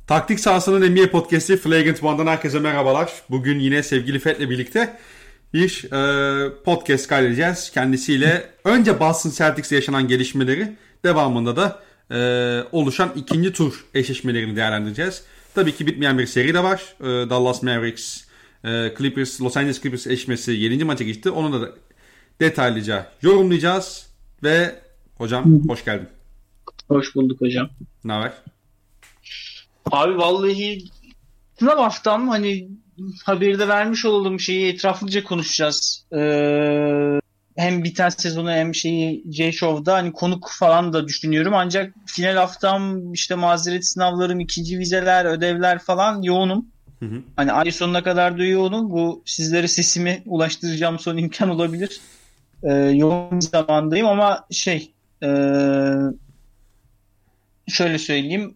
Taktik Sahası'nın NBA Podcast'i Flagrant One'dan herkese merhabalar. Bugün yine sevgili Fed'le birlikte bir podcast kaydedeceğiz. Kendisiyle önce Boston Celtics'e yaşanan gelişmeleri, devamında da oluşan ikinci tur eşleşmelerini değerlendireceğiz. Tabii ki bitmeyen bir seri de var. Dallas Mavericks, Los Angeles Clippers eşleşmesi 7. maça geçti. Onu da detaylıca yorumlayacağız. Ve hocam hoş geldin. Hoş bulduk hocam. Ne haber? Abi vallahi sınav haftam, haberde vermiş olduğum şeyi etraflıca konuşacağız. Hem biten sezonu hem J-Show'da konuk falan da düşünüyorum. Ancak final haftam, mazeret sınavlarım, ikinci vizeler, ödevler falan yoğunum. Hı. Ay sonuna kadar da yoğunum. Bu sizlere sesimi ulaştıracağım son imkan olabilir. Yoğun bir zamandayım ama şöyle söyleyeyim,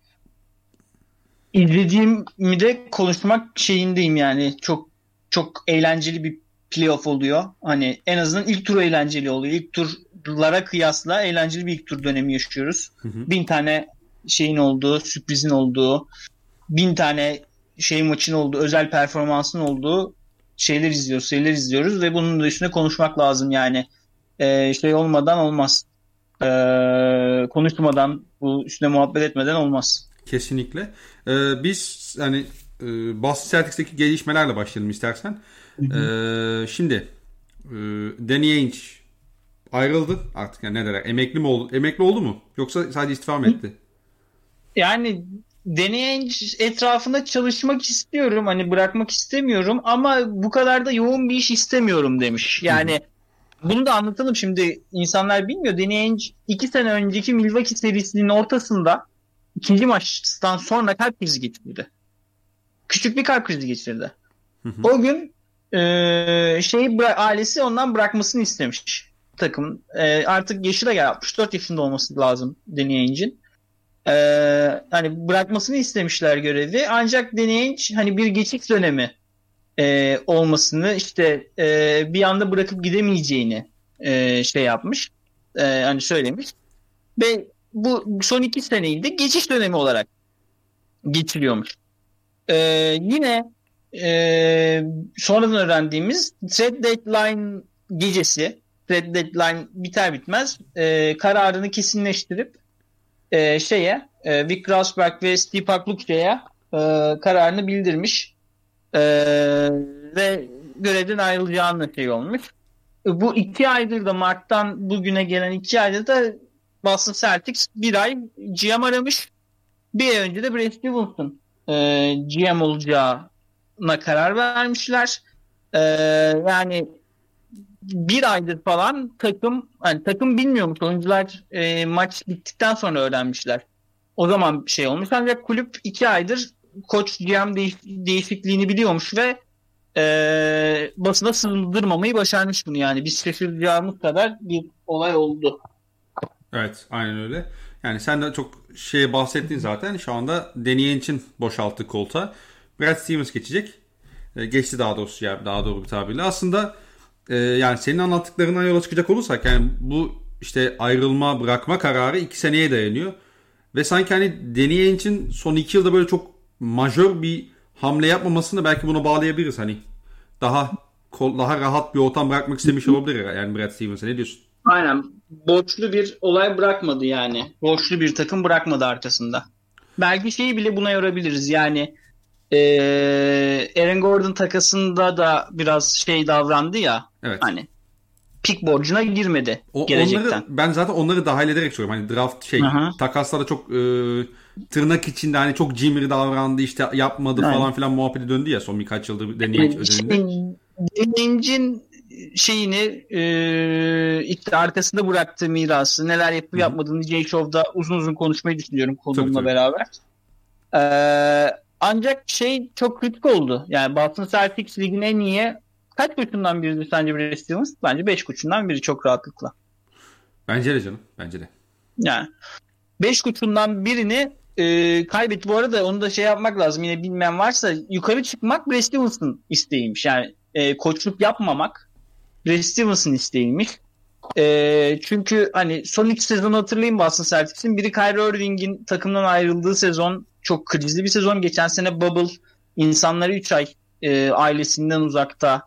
İzlediğimi de konuşmak şeyindeyim yani. Çok çok eğlenceli bir playoff oluyor. En azından ilk tur eğlenceli oluyor. İlk turlara kıyasla eğlenceli bir ilk tur dönemi yaşıyoruz. 1000 tane şeyin olduğu, sürprizin olduğu, 1000 tane maçın olduğu, özel performansın olduğu şeyler izliyoruz ve bunun da üstüne konuşmak lazım yani. Olmadan olmaz. Konuşmadan, bu üstüne muhabbet etmeden olmaz. Kesinlikle. Biz Boston Celtics'teki gelişmelerle başlayalım istersen. Şimdi Danny Ainge ayrıldı artık, yani ne derler? Emekli mi oldu? Emekli oldu mu? Yoksa sadece istifa mı etti? Yani Danny Ainge etrafında çalışmak istiyorum. Bırakmak istemiyorum ama bu kadar da yoğun bir iş istemiyorum demiş. Yani bunu da anlatalım, şimdi insanlar bilmiyor. Danny Ainge 2 sene önceki Milwaukee serisinin ortasında İkinci maçtan sonra kalp krizi geçirdi. Küçük bir kalp krizi geçirdi. O gün ailesi ondan bırakmasını istemiş takım. Artık yaşı da 64 yaşında olması lazım Danny Ainge'in. Bırakmasını istemişler görevi. Ancak Danny Ainge bir geçiş dönemi olmasını, bir anda bırakıp gidemeyeceğini yapmış. Söylemiş. Ve bu son 2 seneyi de geçiş dönemi olarak geçiriyormuş. Yine sonradan öğrendiğimiz trade deadline gecesi, trade deadline biter bitmez kararını kesinleştirip Vic Rausberg ve Steve Paklukça'ya kararını bildirmiş ve görevden ayrılacağını olmuş. Bu 2 aydır da, Mart'tan bugüne gelen 2 aydır da Boston Celtics bir ay GM aramış. Bir ay önce de Brad Stevens'ın GM olacağına karar vermişler. Yani bir aydır falan takım bilmiyormuş. Oyuncular maç bittikten sonra öğrenmişler. O zaman olmuş. Ancak kulüp 2 aydır koç GM değişikliğini biliyormuş ve basına sığdırmamayı başarmış bunu yani. Biz şaşıracağımız kadar bir olay oldu. Evet, aynen öyle. Yani sen de çok bahsettin zaten. Şu anda Danny Ainge'in boşalttığı koltuğa Brad Stevens geçecek. Geçti daha doğrusu, daha doğru bir tabirle. Aslında yani senin anlattıklarından yola çıkacak olursak, yani bu ayrılma, bırakma kararı 2 seneye dayanıyor. Ve sanki Danny Ainge'in son 2 yılda böyle çok majör bir hamle yapmamasını belki buna bağlayabiliriz. Daha rahat bir ortam bırakmak istemiş olabilir yani Brad Stevens'a. Ne diyorsun? Aynen. Borçlu bir olay bırakmadı yani. Borçlu bir takım bırakmadı arkasında. Belki bile buna yorabiliriz. Yani Aaron Gordon takasında da biraz davrandı ya. Evet. Pik borcuna girmedi gelecekten. Ben zaten onları dahil ederek soruyorum. Draft takaslarda çok tırnak içinde çok cimri davrandı, yapmadı falan filan muhabbeti döndü ya son birkaç yıldır Danny Ainge özelinde. Danny arkasında bıraktığı mirası, neler yapıp yapmadığını J-Show'da uzun uzun konuşmayı düşünüyorum konuğumla beraber. Ancak çok kritik oldu. Yani Boston Celtics ligin en iyi kaç koçundan biridir sence Brad Stevens? Bence 5 koçundan biri çok rahatlıkla. Bence de canım. Bence de. Yani 5 koçundan birini kaybetti. Bu arada onu da yapmak lazım. Yine bilmeyen varsa, yukarı çıkmak Brad Stevens'ın isteğiymiş. Yani koçluk yapmamak Brad Stevens'ın isteğiymiş. Çünkü son 2 sezonu hatırlayın Boston Celtics'in. Biri Kyrie Irving'in takımdan ayrıldığı sezon, çok krizli bir sezon. Geçen sene Bubble insanları 3 ay ailesinden uzakta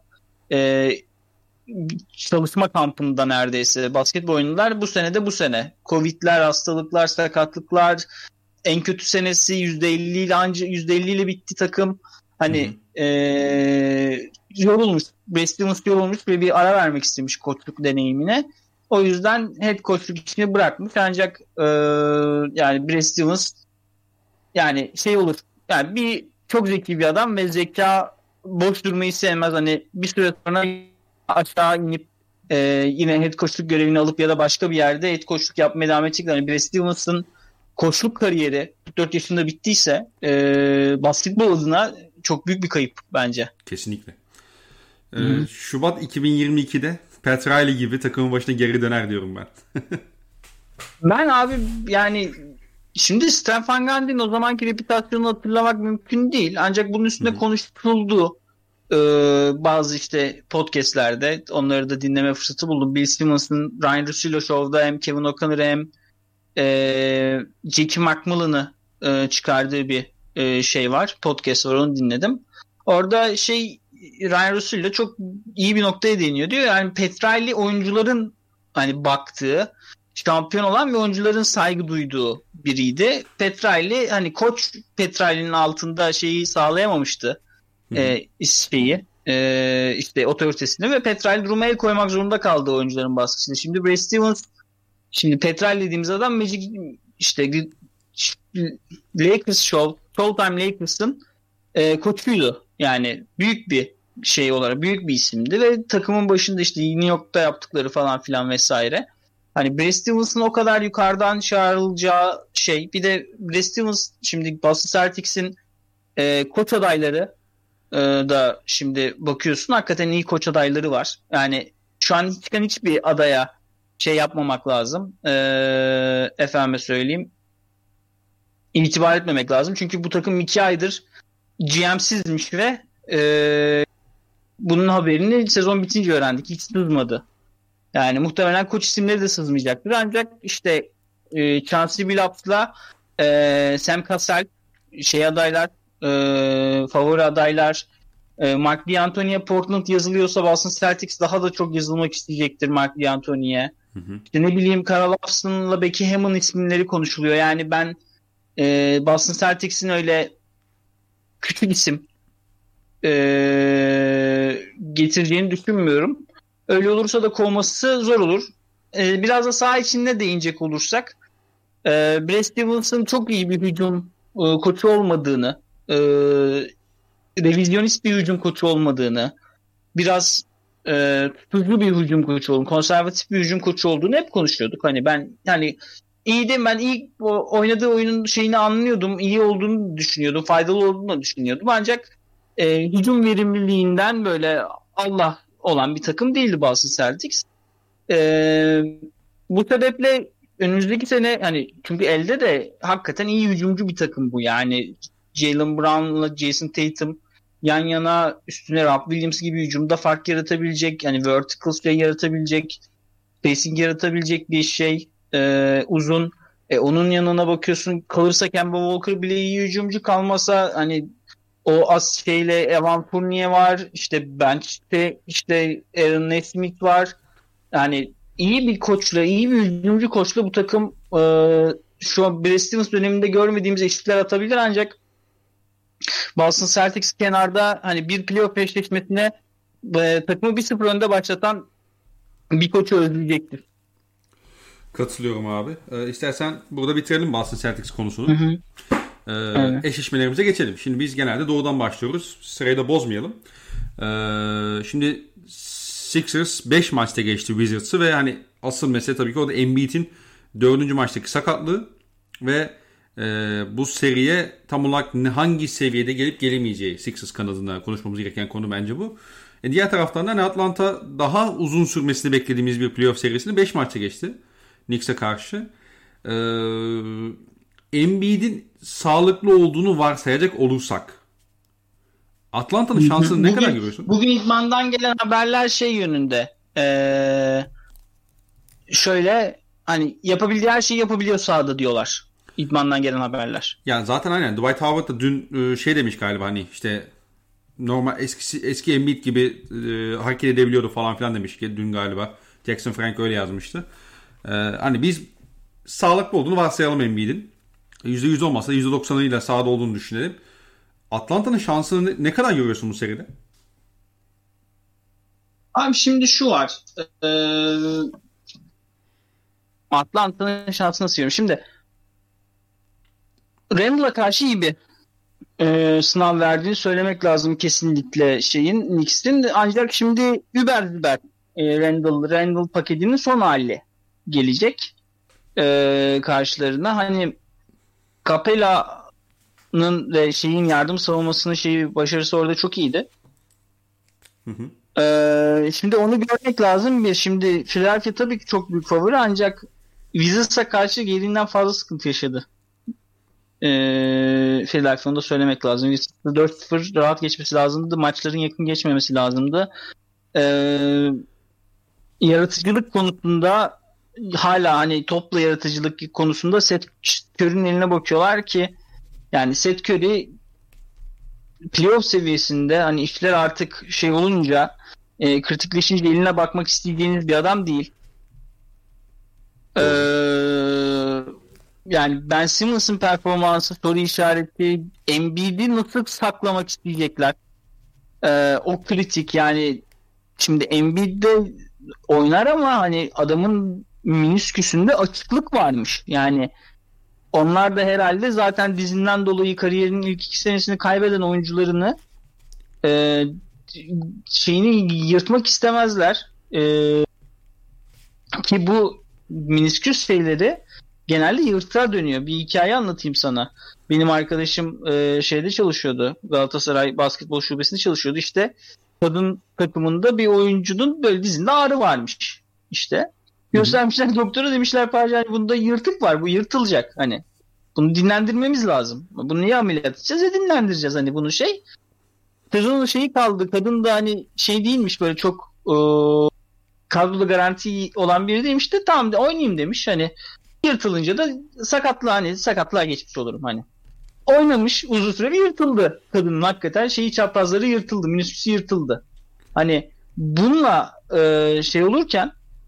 çalışma kampında neredeyse basketbol oynadılar. Bu sene de bu sene. Covid'ler, hastalıklar, sakatlıklar, en kötü senesi %50 ile bitti takım. Hani yorulmuş. Brad Stevens yorulmuş ve bir ara vermek istemiş koçluk deneyimine. O yüzden head coachluk işini bırakmış. Ancak yani Brad Stevens yani şey olur. Yani bir çok zeki bir adam ve zeka boş durmayı sevmez. Hani bir süre sonra aşağı inip yine head coachluk görevini alıp ya da başka bir yerde head coachluk yapmaya devam edecekler. Yani Brad Stevens'ın koçluk kariyeri 44 yaşında bittiyse basketbol adına çok büyük bir kayıp bence. Kesinlikle. Şubat 2022'de Pat Riley gibi takımın başına geri döner diyorum ben. Ben abi yani şimdi Stan Van Gundy'nin o zamanki reputasyonunu hatırlamak mümkün değil. Ancak bunun üstünde konuşuldu. Bazı işte podcastlerde onları da dinleme fırsatı buldum. Bill Simmons'ın Ryan Russillo Show'da hem Kevin O'Connor hem Jackie McMullen'ı çıkardığı bir şey var. Podcast var, onu dinledim. Orada Ryan Russillo çok iyi bir noktaya değiniyor. Diyor yani Pat Riley oyuncuların hani baktığı, şampiyon olan ve oyuncuların saygı duyduğu biriydi. Pat Riley hani koç Pat Riley'nin altında şeyi sağlayamamıştı. İşte otoritesini ve Pat Riley duruma el koymak zorunda kaldı oyuncuların baskısıyla. Şimdi Brad Stevens, şimdi Pat Riley dediğimiz adam Magic işte Lakers Showtime Lakers'ın koçuydu. Yani büyük bir şey olarak büyük bir isimdi ve takımın başında işte New York'ta yaptıkları falan filan vesaire. Hani Brad Stevens'ın o kadar yukarıdan çağrılacağı şey. Bir de Brad Stevens şimdi Boston Celtics'in koç adayları da şimdi bakıyorsun hakikaten iyi koç adayları var. Yani şu an çıkan hiçbir adaya şey yapmamak lazım. Efendime söyleyeyim. İtibar etmemek lazım. Çünkü bu takım 2 aydır GM'sizmiş ve bunun haberini sezon bitince öğrendik. Hiç sızmadı. Yani muhtemelen koç isimleri de sızmayacaktır. Ancak işte Chauncey Billups'la Sam Cassell adaylar, favori adaylar. Mark D'Antoni'ye Portland yazılıyorsa Boston Celtics daha da çok yazılmak isteyecektir Mark D'Antoni'ye. İşte ne bileyim Carl Lawson'la Becky Hammon isimleri konuşuluyor. Yani ben Boston Celtics'in öyle küçük isim getireceğini düşünmüyorum. Öyle olursa da kovması zor olur. Biraz da saha içinde değinecek olursak Brad Stevens'ın çok iyi bir hücum koçu olmadığını, revizyonist bir hücum koçu olmadığını, biraz tutucu bir hücum koçu olduğunu, konservatif bir hücum koçu olduğunu hep konuşuyorduk. Hani ben yani ben iyi oynadığı oyunun şeyini anlıyordum, iyi olduğunu düşünüyordum, faydalı olduğunu düşünüyordum. Ancak hücum verimliliğinden böyle Allah olan bir takım değildi Boston Celtics. Bu sebeple önümüzdeki sene hani çünkü elde de hakikaten iyi hücumcu bir takım bu. Yani Jaylen Brown'la Jason Tatum yan yana üstüne Rob Williams gibi hücumda fark yaratabilecek, yani vertical şey yaratabilecek, spacing yaratabilecek bir şey uzun. Onun yanına bakıyorsun kalırsa Kemba Walker bile iyi hücumcu, kalmasa hani o Evan Fournier var, işte bench'te işte Aaron Nesmith var. Yani iyi bir koçla, iyi bir hücumcu koçla bu takım şu an Brad Stevens döneminde görmediğimiz eşitler atabilir, ancak Boston Celtics kenarda hani bir playoff eşleşmesine takımı 1-0 önde başlatan bir koçu özleyecektir. Katılıyorum abi. İstersen burada bitirelim Boston Celtics konusunu. Evet. Eşleşmelerimize geçelim. Şimdi biz genelde doğudan başlıyoruz. Sırayı da bozmayalım. Şimdi Sixers 5 maçta geçti Wizards'ı ve hani asıl mesele tabii ki o da Embiid'in 4. maçtaki sakatlığı ve bu seriye tam olarak hangi seviyede gelip gelemeyeceği Sixers kanadında konuşmamız gereken konu bence bu. Diğer taraftan da Atlanta daha uzun sürmesini beklediğimiz bir playoff serisini 5 maçta geçti Knicks'e karşı. Embiid'in sağlıklı olduğunu varsayacak olursak Atlanta'nın şansını ne kadar görüyorsun? Bugün idmandan gelen haberler şey yönünde. Şöyle hani yapabildiği her şeyi yapabiliyor sahada diyorlar. İdmandan gelen haberler. Yani zaten aynen Dwight Howard da dün şey demiş galiba, hani işte normal eski Embiid gibi hareket edebiliyordu falan filan demiş ki dün galiba. Jackson Frank öyle yazmıştı. Hani biz sağlıklı olduğunu varsayalım Embiid'in. %100 olmasa %90'ıyla sahada olduğunu düşünelim. Atlanta'nın şansını ne kadar görüyorsun bu seride? Abi şimdi şu var. Atlanta'nın şansını nasıl görüyorum? Şimdi Randall'a karşı iyi bir sınav verdiğini söylemek lazım kesinlikle Knicks'in. Ancak şimdi über Randall paketinin son hali gelecek karşılarına. Hani Capella'nın ve yardım savunmasının başarısı orada çok iyiydi. Hı hı. Şimdi onu görmek lazım. Şimdi Philadelphia tabii ki çok büyük favori, ancak Wizards'a karşı gereğinden fazla sıkıntı yaşadı. Philadelphia'nı da söylemek lazım. 4-0 rahat geçmesi lazımdı. Maçların yakın geçmemesi lazımdı. Yaratıcılık konusunda hala hani topla yaratıcılık konusunda Seth Curry'nin eline bakıyorlar ki yani Seth Curry playoff seviyesinde hani işler artık olunca kritikleşince eline bakmak isteyeceğiniz bir adam değil. Yani Ben Simmons'ın performansı soru işareti. Embiid'i nasıl saklamak isteyecekler? O kritik yani. Şimdi Embiid de oynar ama hani adamın menisküsünde açıklık varmış. Yani onlar da herhalde zaten dizinden dolayı kariyerinin ilk 2 senesini kaybeden oyuncularını yırtmak istemezler. Ki bu menisküs genelde yırtığa dönüyor. Bir hikaye anlatayım sana. Benim arkadaşım çalışıyordu. Galatasaray basketbol şubesinde çalışıyordu. İşte kadın takımında bir oyuncunun böyle dizinde ağrı varmış. İşte göstermişler doktora, demişler Parcan bunda yırtık var. Bu yırtılacak. Hani bunu dinlendirmemiz lazım. Bunu niye ameliyat edeceğiz? Dinlendireceğiz. Hani bunu kadının kaldı. Kadın da hani değilmiş, böyle çok kadroda garanti olan biri değilmiş de tamam de oynayayım demiş. Hani yırtılınca da sakatlığa geçmiş olurum hani. Oynamış uzun süre bir yırtıldı. Kadının hakikaten çaprazları yırtıldı. Menisküsü yırtıldı. Hani bununla olurken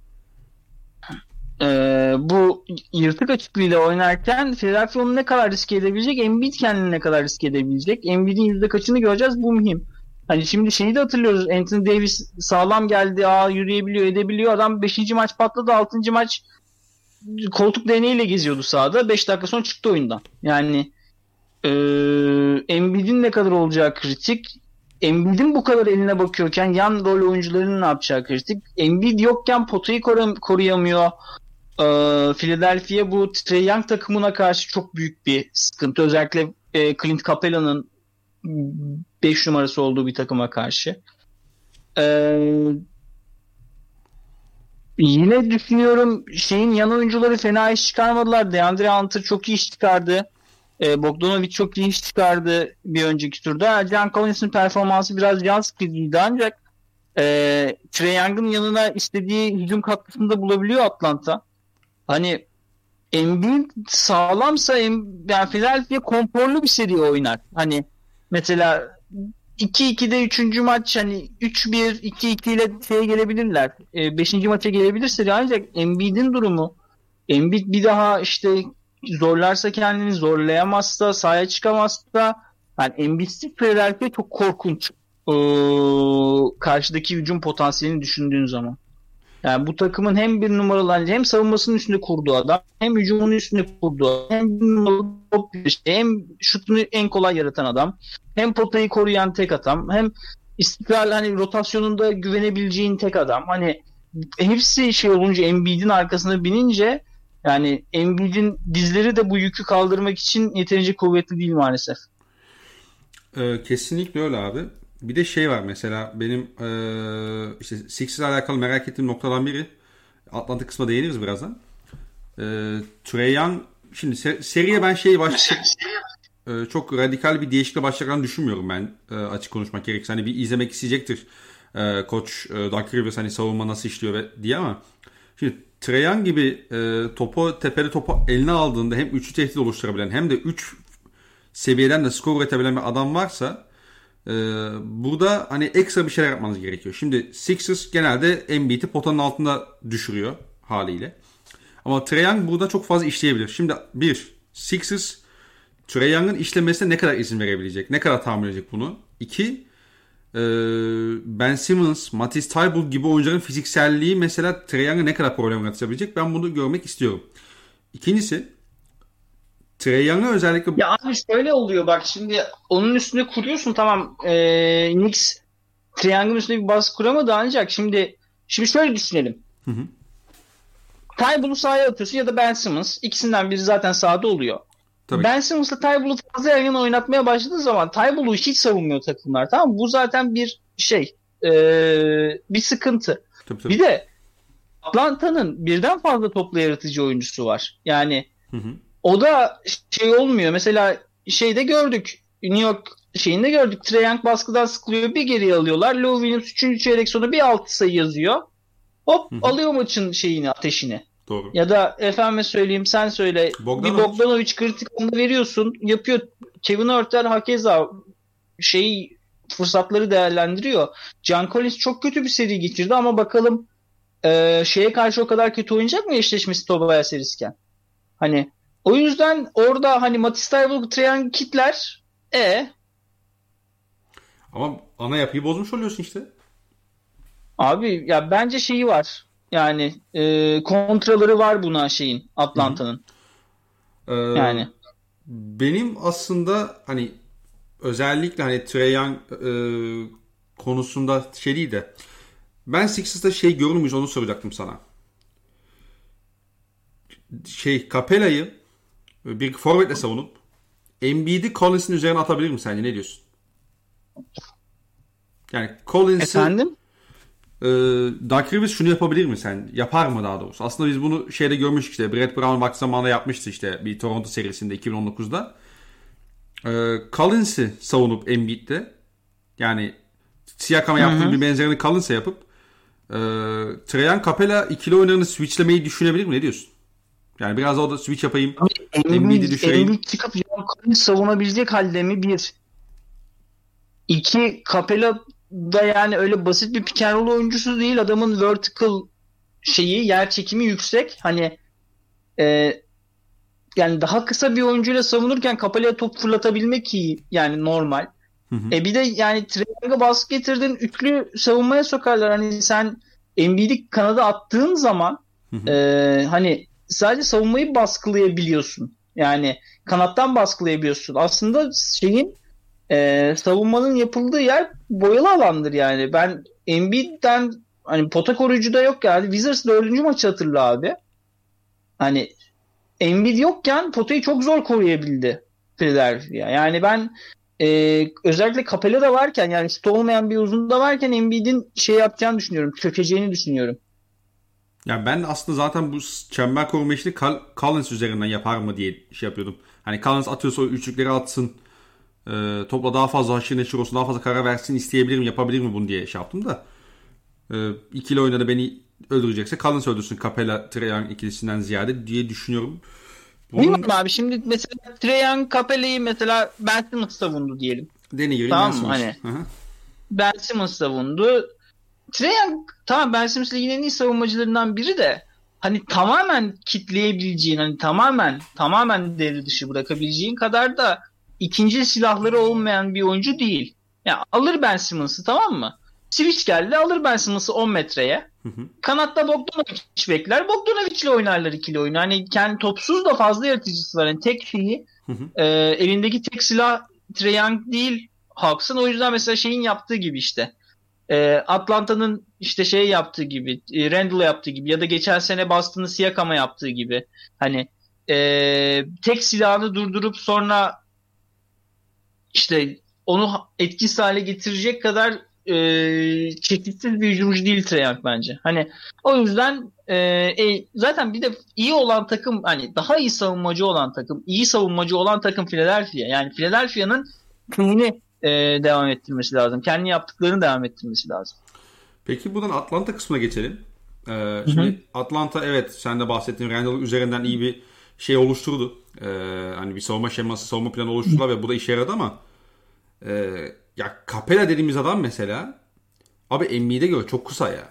bu yırtık açıklığıyla oynarken Philadelphia onu ne kadar riske edebilecek? Embiid kendini ne kadar riske edebilecek? Embiid'in yüzde kaçını göreceğiz? Bu mühim. Hani şimdi de hatırlıyoruz. Anthony Davis sağlam geldi. Yürüyebiliyor, edebiliyor. Adam 5. maç patladı. 6. maç koltuk değneğiyle geziyordu sahada. 5 dakika sonra çıktı oyundan. Yani Embiid'in ne kadar olacağı kritik. Embiid'in bu kadar eline bakıyorken yan rol oyuncularının ne yapacağı kritik. Embiid yokken potayı koruyamıyor. Philadelphia bu Trae Young takımına karşı çok büyük bir sıkıntı. Özellikle Clint Capella'nın 5 numarası olduğu bir takıma karşı. Yine düşünüyorum yan oyuncuları fena iş çıkarmadılar. DeAndre Hunter çok iyi iş çıkardı. Bogdanovic çok iyi iş çıkardı bir önceki turda. John Collins'in performansı biraz can sıkıcıydı, ancak Trae Young'ın yanına istediği hücum katkısını da bulabiliyor Atlanta. Hani Embiid sağlamsa yani Philadelphia konforlu bir seri oynar. Hani mesela 2-2'de 3. maç 3-1 2-2 ile gelebilirler. 5. maça gelebilir seri, ancak Embiid'in durumu, Embiid bir daha zorlarsa, kendini zorlayamazsa, sahaya çıkamazsa, yani Embiid'siz Philadelphia çok korkunç. Karşıdaki hücum potansiyelini düşündüğün zaman. Yani bu takımın hem bir numaralı hem savunmasının üstünde kurduğu adam, hem hücumunun üstünde kurduğu adam, hem bir numaralı top hem şutunu en kolay yaratan adam, hem potayı koruyan tek adam, hem istikrarlı rotasyonunda güvenebileceğin tek adam. Hani hepsi olunca, Embiid'in arkasına binince, yani Embiid'in dizleri de bu yükü kaldırmak için yeterince kuvvetli değil maalesef. Kesinlikle öyle abi. Bir de var mesela benim Sixers'la alakalı merak ettiğim noktadan biri. Atlanta kısmına değiniriz birazdan. Trae Young şimdi seriye ben çok radikal bir değişiklikle başlayacağını düşünmüyorum ben, açık konuşmak gerekirse. Bir izlemek isteyecektir koç Doug Rivers savunma nasıl işliyor diye, ama şimdi Trae Young gibi topu tepede topu eline aldığında hem üçlü tehdit oluşturabilen hem de 3 seviyeden de skor üretebilen bir adam varsa burada hani ekstra bir şeyler yapmanız gerekiyor. Şimdi Sixers genelde Embiid'i potanın altında düşürüyor haliyle. Ama Trae Young burada çok fazla işleyebilir. Şimdi Sixers Trae Young'ın işlemesine ne kadar izin verebilecek? Ne kadar tahammül edecek bunu? 2 Ben Simmons, Matisse Thybulle gibi oyuncuların fizikselliği mesela Trae Young'a ne kadar problem yaratabilecek? Ben bunu görmek istiyorum. İkincisi Trae Young'a özellikle... Ya abi şöyle oluyor bak, şimdi onun üstüne kuruyorsun, tamam, Knicks Trae Young'ın üstüne bir baskı kuramadı ancak şimdi şöyle düşünelim. Hı hı. Tybulle'u sahaya atıyorsun ya da Ben Simmons, ikisinden biri zaten sahada oluyor. Tabii. Ben Simmons'la Tybulle'u fazla yan yana oynatmaya başladığı zaman Tybulle'u hiç savunmuyor takımlar, tamam mı? Bu zaten bir bir sıkıntı. Tabii. Bir de Atlanta'nın birden fazla toplu yaratıcı oyuncusu var. Yani o da olmuyor. Mesela şeyde gördük. New York şeyinde gördük. Trae Young baskıdan sıkılıyor. Bir geriye alıyorlar. Lou Williams 3. çeyrek sonu bir 6 sayı yazıyor. Hop alıyor maçın ateşini. Doğru. Ya da efendime söyleyeyim, sen söyle. Bogdanovic kritik anda veriyorsun. Yapıyor. Kevin Huerter hakeza fırsatları değerlendiriyor. John Collins çok kötü bir seri geçirdi ama bakalım şeye karşı o kadar kötü oynayacak mı eşleşmesi Tobias Harris'ken? Hani o yüzden orada hani Matisse Thybulle, Trae Young kitler ama ana yapıyı bozmuş oluyorsun işte. Abi ya bence var. Yani kontraları var buna Atlanta'nın. Yani benim aslında hani özellikle hani Trae Young konusunda değil de ben Sixers'ta görür onu soracaktım sana. Capella'yı bir forvetle savunup Embiid'i Collins'in üzerine atabilir mi sence? Ne diyorsun? Yani Collins'i efendim? Doug Rivers şunu yapabilir mi sen? Yapar mı daha doğrusu? Aslında biz bunu görmüştük işte. Brett Brown vakti zamanında yapmıştı işte bir Toronto serisinde 2019'da. Collins'i savunup Embiid'de yani Siakam'a yaptığı bir benzerini Collins'e yapıp Trae Young Capella ikili oyunlarını switchlemeyi düşünebilir mi? Ne diyorsun? Yani biraz orada switch yapayım. Embiid'i düşüreyim. Embiid çıkıp Collins savunabilecek halde mi? 1. 2. Capella da yani öyle basit bir pick and roll oyuncusu değil. Adamın vertical yer çekimi yüksek. Hani yani daha kısa bir oyuncuyla savunurken Capella'ya top fırlatabilmek iyi. Yani normal. Bir de yani Trae Young'a baskı getirdin. Üçlü savunmaya sokarlar. Hani sen Embiid'i kanada attığın zaman hani sadece savunmayı baskılayabiliyorsun. Yani kanattan baskılayabiliyorsun. Aslında savunmanın yapıldığı yer boyalı alandır yani. Ben Embiid'den hani pota koruyucu da yok yani. Wizards 4. maçı hatırla abi. Hani Embiid yokken potayı çok zor koruyabildi Philadelphia. Yani ben özellikle Capella da varken, yani olmayan bir uzun da varken Embiid'in yapacağını düşünüyorum. Çökeceğini düşünüyorum. Yani ben aslında zaten bu çember koruma işini Collins üzerinden yapar mı diye yapıyordum. Hani Collins atıyorsa o üçlükleri atsın. Topla daha fazla haşır neşir olsun, daha fazla karar versin, isteyebilir mi, yapabilir mi bunu diye yaptım da. İkili oyunda da beni öldürecekse Collins öldürsün Capella Trae Young ikilisinden ziyade diye düşünüyorum. Bilmiyorum abi, şimdi mesela Trae Young Capella'yı mesela Ben Simmons savundu diyelim. Tamam mı? Hani Ben Simmons savundu. Trae Young tamam, Ben Simmons ligin en iyi savunmacılarından biri de hani tamamen kitleyebileceğin, hani tamamen devre dışı bırakabileceğin kadar da ikinci silahları olmayan bir oyuncu değil. Yani alır Ben Simmons'ı, tamam mı? Switch geldi, alır Ben Simmons'ı 10 metreye. Kanatta Bogdanovic bekler. Bogdanovic'le oynarlar ikili oyunu. Hani kendi topsuz da fazla yaratıcısı var. Yani tek elindeki tek silah Trae Young değil Hawks'ın. O yüzden mesela yaptığı gibi Atlanta'nın yaptığı gibi, Randall'a yaptığı gibi ya da geçen sene Boston'ın Siakam'a yaptığı gibi, hani tek silahını durdurup sonra onu etkisiz hale getirecek kadar çekitsiz bir hücumcu değil Trae Young bence. Hani o yüzden zaten bir de iyi olan takım, hani daha iyi savunmacı olan takım, iyi savunmacı olan takım Philadelphia. Yani Philadelphia'nın kendini devam ettirmesi lazım. Kendi yaptıklarını devam ettirmesi lazım. Peki buradan Atlanta kısmına geçelim. Hı hı. Şimdi Atlanta, evet, sen de bahsettiğin Randall üzerinden iyi bir şey oluşturdu. Hani bir savunma şeması, savunma planı oluşturdular ve bu da işe yaradı ama ya Capela dediğimiz adam mesela abi Embiid'e göre çok kısa ya.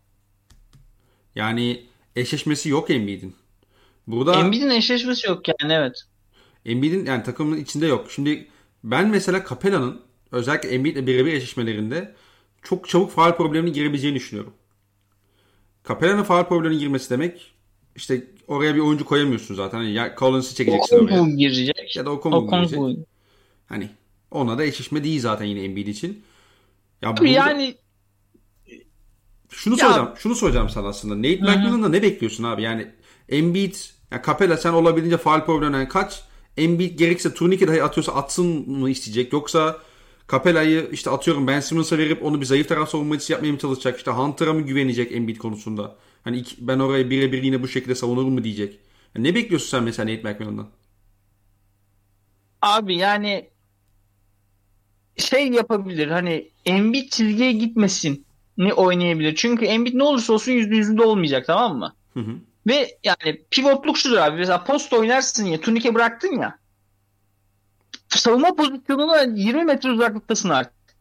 Yani eşleşmesi yok Embiid'in. Burada Embiid'in eşleşmesi yok yani, evet. Embiid'in yani takımın içinde yok. Şimdi ben mesela Capela'nın özellikle Embiid'le birebir eşleşmelerinde çok çabuk faul problemine girebileceğini düşünüyorum. Capela'nın faul problemine girmesi demek işte oraya bir oyuncu koyamıyorsun zaten. Hani ya Collins'i çekeceksin oraya Okongwu girecek. ya da Okongwu girecek. Okongwu. Hani ona da eşleşme değil zaten yine Embiid için. Ya Tabii burada yani şunu soracağım. ya, Şunu soracağım sana aslında. Nate hı hı. McMillan'da ne bekliyorsun abi? Yani Embiid, ya Capela sen olabildiğince faul problemlerine kaç. Embiid gerekirse turnike dahi atıyorsa atsın mı isteyecek? Yoksa Capela'yı işte atıyorum Ben Simmons'a verip onu bir zayıf taraf savunmacısı yapmaya mı çalışacak? İşte Hunter'a mı güvenecek Embiid konusunda? Hani ben orayı birebir yine bu şekilde savunurum mu diyecek? Yani ne bekliyorsun sen mesela Nate McMillan'dan? Abi yani şey yapabilir, hani Embiid çizgiye gitmesin ni oynayabilir. Çünkü Embiid ne olursa olsun %100'ünde olmayacak, tamam mı? Hı hı. Ve yani pivotluk şudur abi. Mesela post oynarsın ya, turnike bıraktın ya. Savunma pozisyonuna 20 metre uzaklıktasın artık.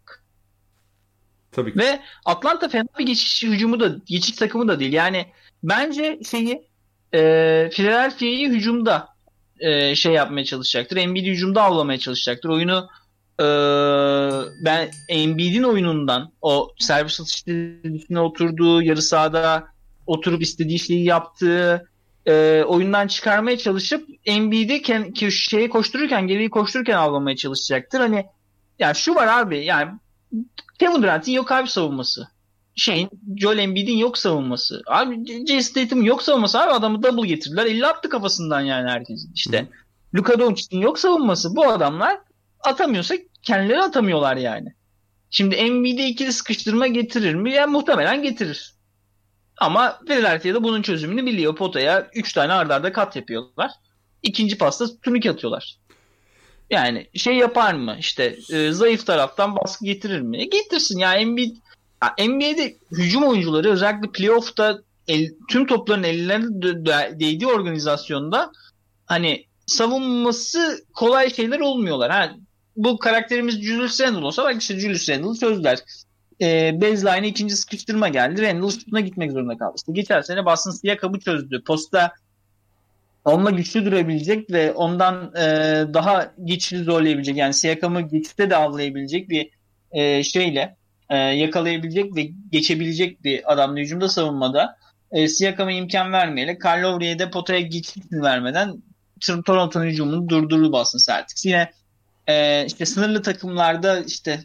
Tabii ki. Ve Atlanta fena bir geçiş hücumu da, geçiş takımı da değil. Yani bence Philadelphia'yı hücumda şey yapmaya çalışacaktır. Embiid'i hücumda avlamaya çalışacaktır. Oyunu e, ben Embiid'in oyunundan, o servis atışının oturduğu yarı sahada oturup istediği şeyi yaptığı oyundan çıkarmaya çalışıp Embiid'i şeye koştururken, geriye koştururken avlamaya çalışacaktır. Hani yani şu var abi, yani Kevin Durant'in yok abi savunması. Joel Embiid'in yok savunması. Abi Jason Tatum'un yok savunması abi, adamı double getirdiler. 50 attı kafasından yani herkesin. Hı hı. İşte Luka Doncic'in yok savunması. Bu adamlar atamıyorsa kendileri atamıyorlar yani. Şimdi Embiid'e ikili sıkıştırma getirir mi? Yani muhtemelen getirir. Ama Philadelphia'da bunun çözümünü biliyor. Potaya 3 tane arda arda kat yapıyorlar. İkinci pasta turnike atıyorlar. Yani şey yapar mı? İşte zayıf taraftan baskı getirir mi? Getirsin. Yani NBA'de hücum oyuncuları özellikle playoff'ta tüm topların ellerine değdiği organizasyonda hani savunması kolay şeyler olmuyorlar. Ha, bu karakterimiz Julius Randle olsa bak işte Julius Randle çözdüler. Baseline'e ikinci sıkıştırma geldi. Randle şutuna gitmek zorunda kaldı. İşte geçen sene Boston Siakam'ı çözdü. Posta onunla güçlü durabilecek ve ondan daha geçişli zorlayabilecek, yani Siakam'ı geçişte de avlayabilecek bir şeyle yakalayabilecek ve geçebilecek bir adamla hücumda, savunmada Siakam'a imkan vermeyle Kyle Lowry'e de potaya geçiş vermeden Toronto'nun hücumunu durdurdu Boston Celtics. Yine işte sınırlı takımlarda işte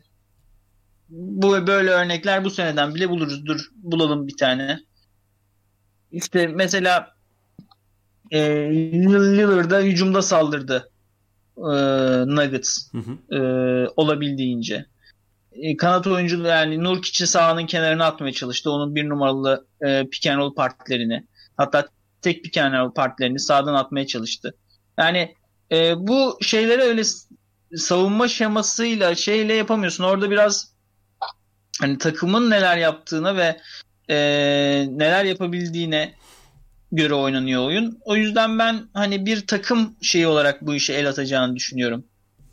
bu böyle örnekler bu seneden bile buluruz. Dur bulalım bir tane. İşte mesela Lillard'a hücumda saldırdı e, Nuggets Hı hı. olabildiğince. Kanat oyuncu yani Nurkic'i sahanın kenarına atmaya çalıştı. Onun bir numaralı pick and roll partilerini, hatta tek pick and roll partilerini sağdan atmaya çalıştı. Yani bu şeyleri öyle savunma şemasıyla şeyle yapamıyorsun. Orada biraz hani takımın neler yaptığına ve neler yapabildiğine göre oynanıyor oyun. O yüzden ben hani bir takım şeyi olarak bu işe el atacağını düşünüyorum.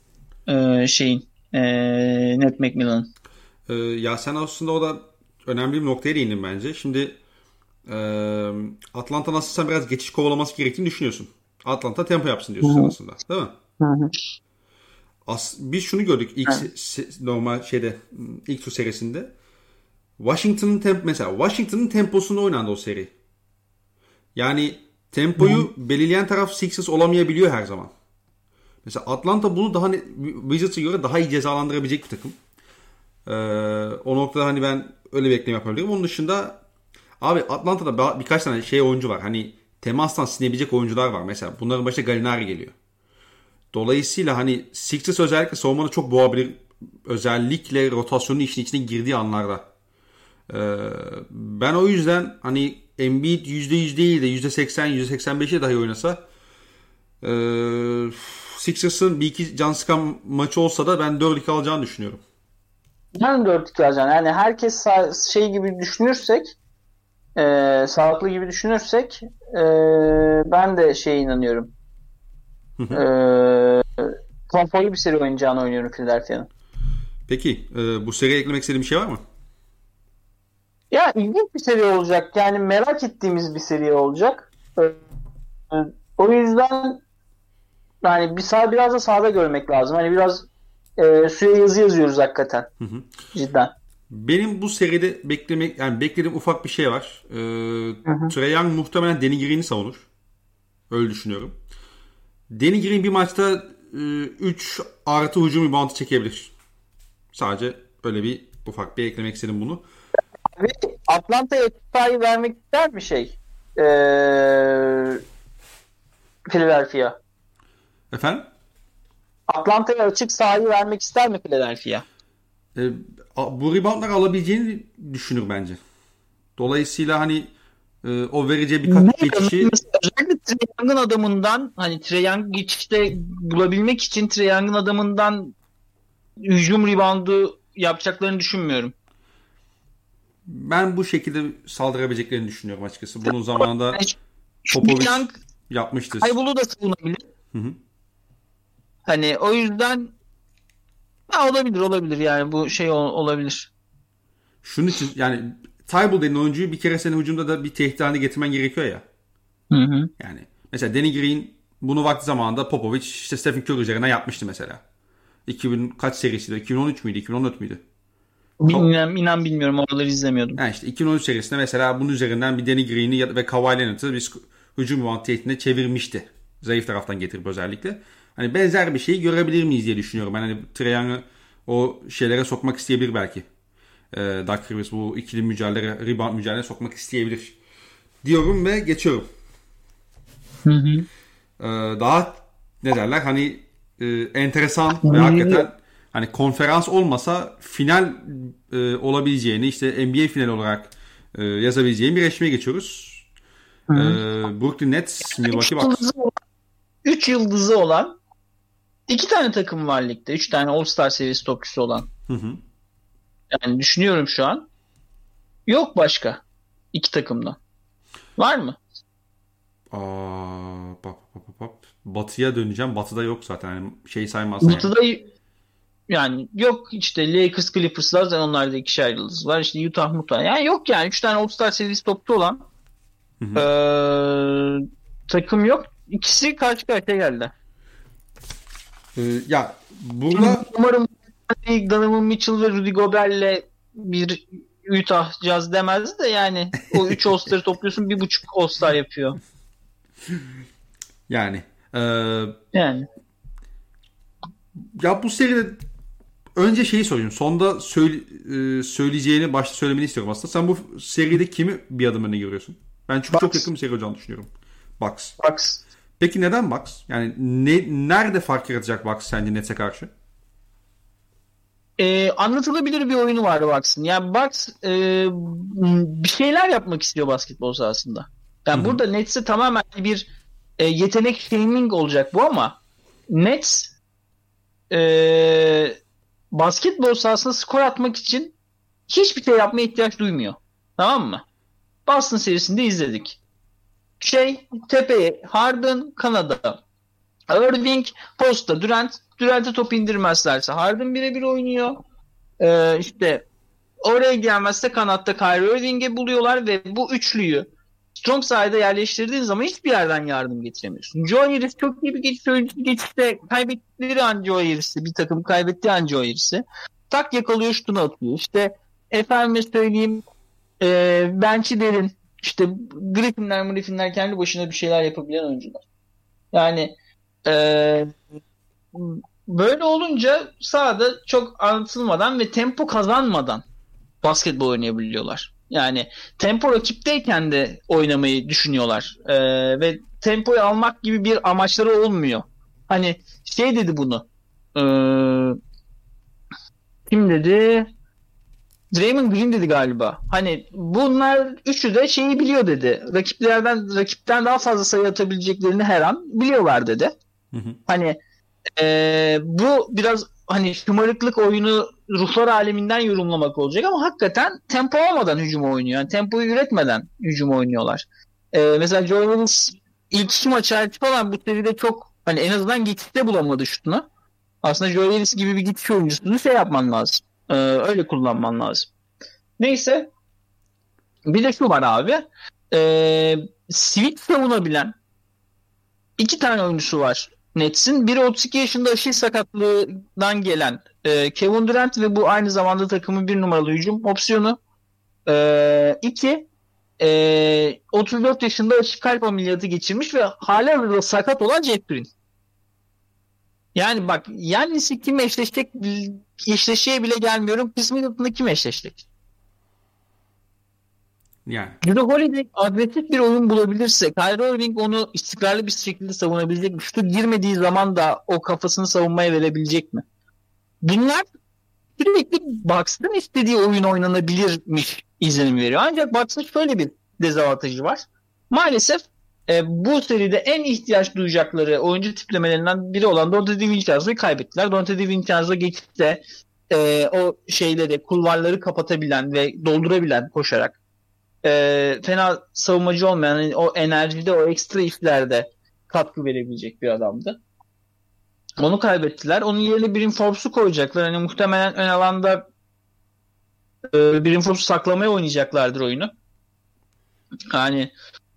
Ned McMillan'ın. Ya sen aslında o da önemli bir noktaya değindin bence. Şimdi e, Atlanta nasıl sen biraz geçiş kovalaması gerektiğini düşünüyorsun. Atlanta tempo yapsın Hı diyorsun sen hı. aslında. Değil mi? Hı hı. Biz şunu gördük ilk Evet. normal şeyde ilk tur serisinde. Mesela Washington'ın temposunda oynandı o seri. Yani Hı hı. tempoyu belirleyen taraf Sixers olamayabiliyor her zaman. Mesela Atlanta bunu daha Wizards'a göre daha iyi cezalandırabilecek bir takım. Ee, O noktada hani ben öyle bir ekleme yapabilirim. Onun dışında abi Atlanta'da birkaç tane şey oyuncu var. Hani temastan sinebilecek oyuncular var. Mesela bunların başında Gallinari geliyor. Dolayısıyla hani Sixers özellikle savunmada çok boğabilir. Özellikle rotasyonun işin içine girdiği anlarda. Ben o yüzden hani Embiid %100 değil de %80, %85'e dahi oynasa Sixers'ın bir iki can sıkan maçı olsa da ben 4-2 alacağını düşünüyorum. Ben 4-2 alacağım. Yani herkes şey gibi düşünürsek sağlıklı gibi düşünürsek ben de inanıyorum. E, konforlu bir seri oynayacağını oynuyorum Philadelphia'nın. Peki bu seriye eklemek istediğin bir şey var mı? Ya ilginç bir seri olacak. Yani merak ettiğimiz bir seri olacak. O yüzden yani biraz da sahada görmek lazım. Hani biraz suya yazı yazıyoruz hakikaten. Hı hı. Cidden. Benim bu seride beklediğim ufak bir şey var. Hı hı. Trae Young muhtemelen Danny Green'i savunur. Öyle düşünüyorum. Danny Green bir maçta 3 artı hücum reboundu çekebilir. Sadece böyle bir ufak bir eklemek istedim bunu. Ve Atlanta'ya sahayı vermek ister mi Philadelphia? Efendim? Atlanta'ya açık sahayı vermek ister mi Philadelphia? E, Bu reboundları alabileceğini düşünür bence. Dolayısıyla hani o vereceği birkaç geçişi Özellikle Trae Young'ın adamından, hani Trae Young geçişte bulabilmek için Trae Young'ın adamından hücum reboundu yapacaklarını düşünmüyorum. ben bu şekilde saldırabileceklerini düşünüyorum açıkçası. Bunun zamanında Yani Popovic Young yapmıştır. Kaybolu da savunabilir. Hı hı. Hani o yüzden olabilir yani bu olabilir. Şunun için yani Tybal denen oyuncuyu bir kere senin hücumda da bir tehdit haline getirmen gerekiyor ya. Hı hı. Yani mesela Danny Green bunu vakti zamanında Popovic işte Stephen Curry üzerinden yapmıştı mesela. 2000 kaç serisiydi? 2013 müydü? 2014 müydü? İnan bilmiyorum, oraları izlemiyordum. Yani işte 2013 serisinde mesela bunun üzerinden bir Danny Green'i ve Kawhi Leonard'ı bir hücum rebound tehditine çevirmişti. Zayıf taraftan getirip özellikle. Hani benzer bir şeyi görebilir miyiz diye düşünüyorum. Ben hani Trae Young'ı o şeylere sokmak isteyebilir belki. Doug Rivers bu ikili rebound mücadeleye sokmak isteyebilir. Diyorum ve geçiyorum. Hı hı. Daha ne derler hani enteresan ve hakikaten hani konferans olmasa final olabileceğini işte NBA finali olarak yazabileceğim bir eşleşmeye geçiyoruz. Hı hı. Brooklyn Nets, Üç Milwaukee Bucks. yıldızı, üç yıldızı olan iki tane takım var ligde. Üç tane All-Star seviyesi topçusu olan. Hı hı. Yani düşünüyorum şu an. Yok başka. İki takımdan. Var mı? Batı'ya döneceğim. Batı'da yok zaten. Yani şey saymazsan yani. Batı'da yani yok işte Lakers, Clippers zaten onlarda ikişer yıldız var. İşte Utah. Yani yok yani. Üç tane All-Star seviyesi topçu olan Hı hı. takım yok. İkisi karşı karşıya geldi. Ya burada Umarım Donovan Mitchell ve Rudy Gobert'le bir Utah Jazz demez de yani o 3 All-Star'ı topluyorsun, 1,5 All-Star yapıyor. yani Yani. ya bu seride önce şeyi sorayım. Sonda söyleyeceğini başta söylemeni istiyorum aslında. Sen bu seride kimi bir adım öne görüyorsun? Ben çünkü çok Bucks. yakın bir seri olacağını düşünüyorum. Bucks. Bucks. Peki neden Bucks? Yani nerede fark yaratacak Bucks sence Nets'e karşı? Anlatılabilir bir oyunu var Bucks'ın. Yani Bucks bir şeyler yapmak istiyor basketbol sahasında. Hı Yani hı. burada Nets'e tamamen bir yetenek shaming olacak bu ama Nets basketbol sahasında skor atmak için hiçbir şey yapmaya ihtiyaç duymuyor. Tamam mı? Boston serisinde izledik. Tepeye Harden, Kanada Irving, posta Durant'e top indirmezlerse Harden birebir oynuyor. İşte oraya gelmezse kanatta Kyrie Irving'e buluyorlar ve bu üçlüyü strong side'a yerleştirdiğin zaman hiçbir yerden yardım getiremiyorsun. Joe Harris çok iyi bir geçişte kaybettikleri an Joe Harris'i, bir takım kaybettiği an Joe Harris'i tak yakalıyor, şutunu atıyor. İşte efendime söyleyeyim bench'i derin, işte Griffin'ler kendi başına bir şeyler yapabilen oyuncular. Yani böyle olunca sahada çok anlatılmadan ve tempo kazanmadan basketbol oynayabiliyorlar. Yani tempo rakipteyken de oynamayı düşünüyorlar. Ve tempoyu almak gibi bir amaçları olmuyor. Hani dedi bunu. Kim dedi? Draymond Green dedi galiba. Hani bunlar üçü de biliyor dedi. Rakipten daha fazla sayı atabileceklerini her an biliyorlar dedi. Hı hı. Hani bu biraz hani şımarıklık oyunu ruhlar aleminden yorumlamak olacak ama hakikaten tempo almadan hücum oynuyor. Yani tempoyu üretmeden hücum oynuyorlar. Mesela Joe Wills ilk iki maç hariç falan bu seride çok hani en azından geçişte bulamadı şutunu. Aslında Joe Wills gibi bir geçiş oyuncusunu şey yapman lazım. Öyle kullanman lazım. Neyse. Bir de şu var abi. Switch savunabilen iki tane oyuncusu var Nets'in. Biri 32 yaşında Aşil sakatlığından gelen Kevin Durant ve bu aynı zamanda takımın bir numaralı hücum opsiyonu. İki 34 yaşında açık kalp ameliyatı geçirmiş ve hala sakat olan Jeff Green. Yani bak Yannis'i kim eşleşeceğe bile gelmiyorum. Chris Middleton'la kim eşleşecek? Yani. Drew Holiday agresif bir oyun bulabilirse, Kyrie Irving onu istikrarlı bir şekilde savunabilecek mi? Şutu girmediği zaman da o kafasını savunmaya verebilecek mi? Bunlar sürekli Bucks'ın istediği oyun oynanabilirmiş izlenimi veriyor. Ancak Bucks'ın şöyle bir dezavantajı var. Maalesef bu seride en ihtiyaç duyacakları oyuncu tiplemelerinden biri olan Donte DiVincenzo'yu kaybettiler. Donte DiVincenzo geçişte o şeyleri, kulvarları kapatabilen ve doldurabilen koşarak fena savunmacı olmayan yani o enerjide, o ekstra iflerde katkı verebilecek bir adamdı. Onu kaybettiler. Onun yerine Bryn Forbes'u koyacaklar. Hani muhtemelen ön alanda Bryn Forbes'u saklamaya oynayacaklardır oyunu. Yani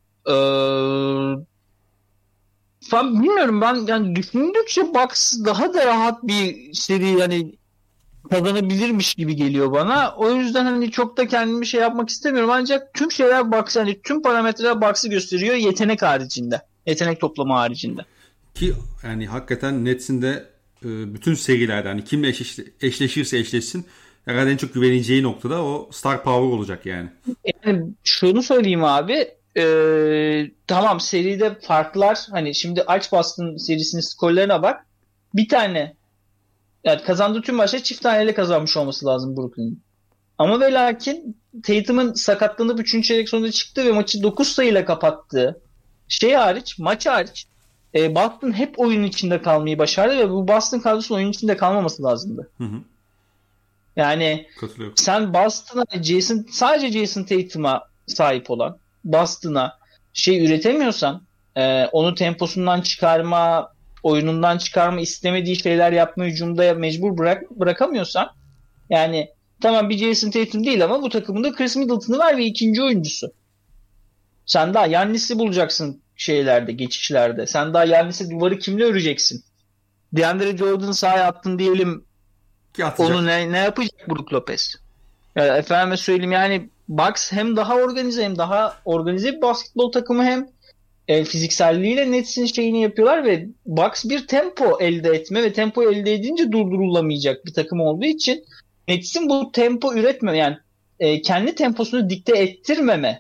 bilmiyorum ben yani düşündükçe Bucks daha da rahat bir seri yani kazanabilirmiş gibi geliyor bana. O yüzden hani çok da kendimi şey yapmak istemiyorum. Ancak tüm şeyler Bucks hani tüm parametreler Bucks'ı gösteriyor yetenek haricinde. Yetenek toplama haricinde. Ki yani hakikaten Nets'in de bütün serilerde hani kimle eşleşirse eşleşsin herhalde en çok güveneceği noktada o star power olacak yani. Yani şunu söyleyeyim abi tamam seride farklar hani şimdi aç Boston serisinin skorlarına bak. Bir tane yani kazandığı tüm maçta çift taneyle kazanmış olması lazım Brooklyn'in. Ama ve lakin Tatum'un sakatlanıp 3. çeyrek sonunda çıktı ve maçı 9 sayıyla kapattığı maç hariç Boston hep oyunun içinde kalmayı başardı ve bu Boston kadrosunun oyunun içinde kalmaması lazımdı. Hı hı. Yani sen Boston'a sadece Jason Tatum'a sahip olan Boston'a üretemiyorsan onu temposundan çıkarma, oyunundan çıkarma, istemediği şeyler yapma, hücumda mecbur bırakamıyorsan yani tamam bir Jason Tatum değil ama bu takımında Chris Middleton'ı var ve ikinci oyuncusu. Sen daha Yannis'i bulacaksın geçişlerde. Sen daha Yannis'e duvarı kimle öreceksin? DeAndre Jordan'ı sahaya attın diyelim. Onu ne yapacak Brook Lopez? Yani efendime söyleyeyim yani Bucks hem daha organize bir basketbol takımı hem fizikselliğiyle Nets'in şeyini yapıyorlar ve Bucks bir tempo elde etme ve tempo elde edince durdurulamayacak bir takım olduğu için Nets'in bu tempo üretme yani kendi temposunu dikte ettirmeme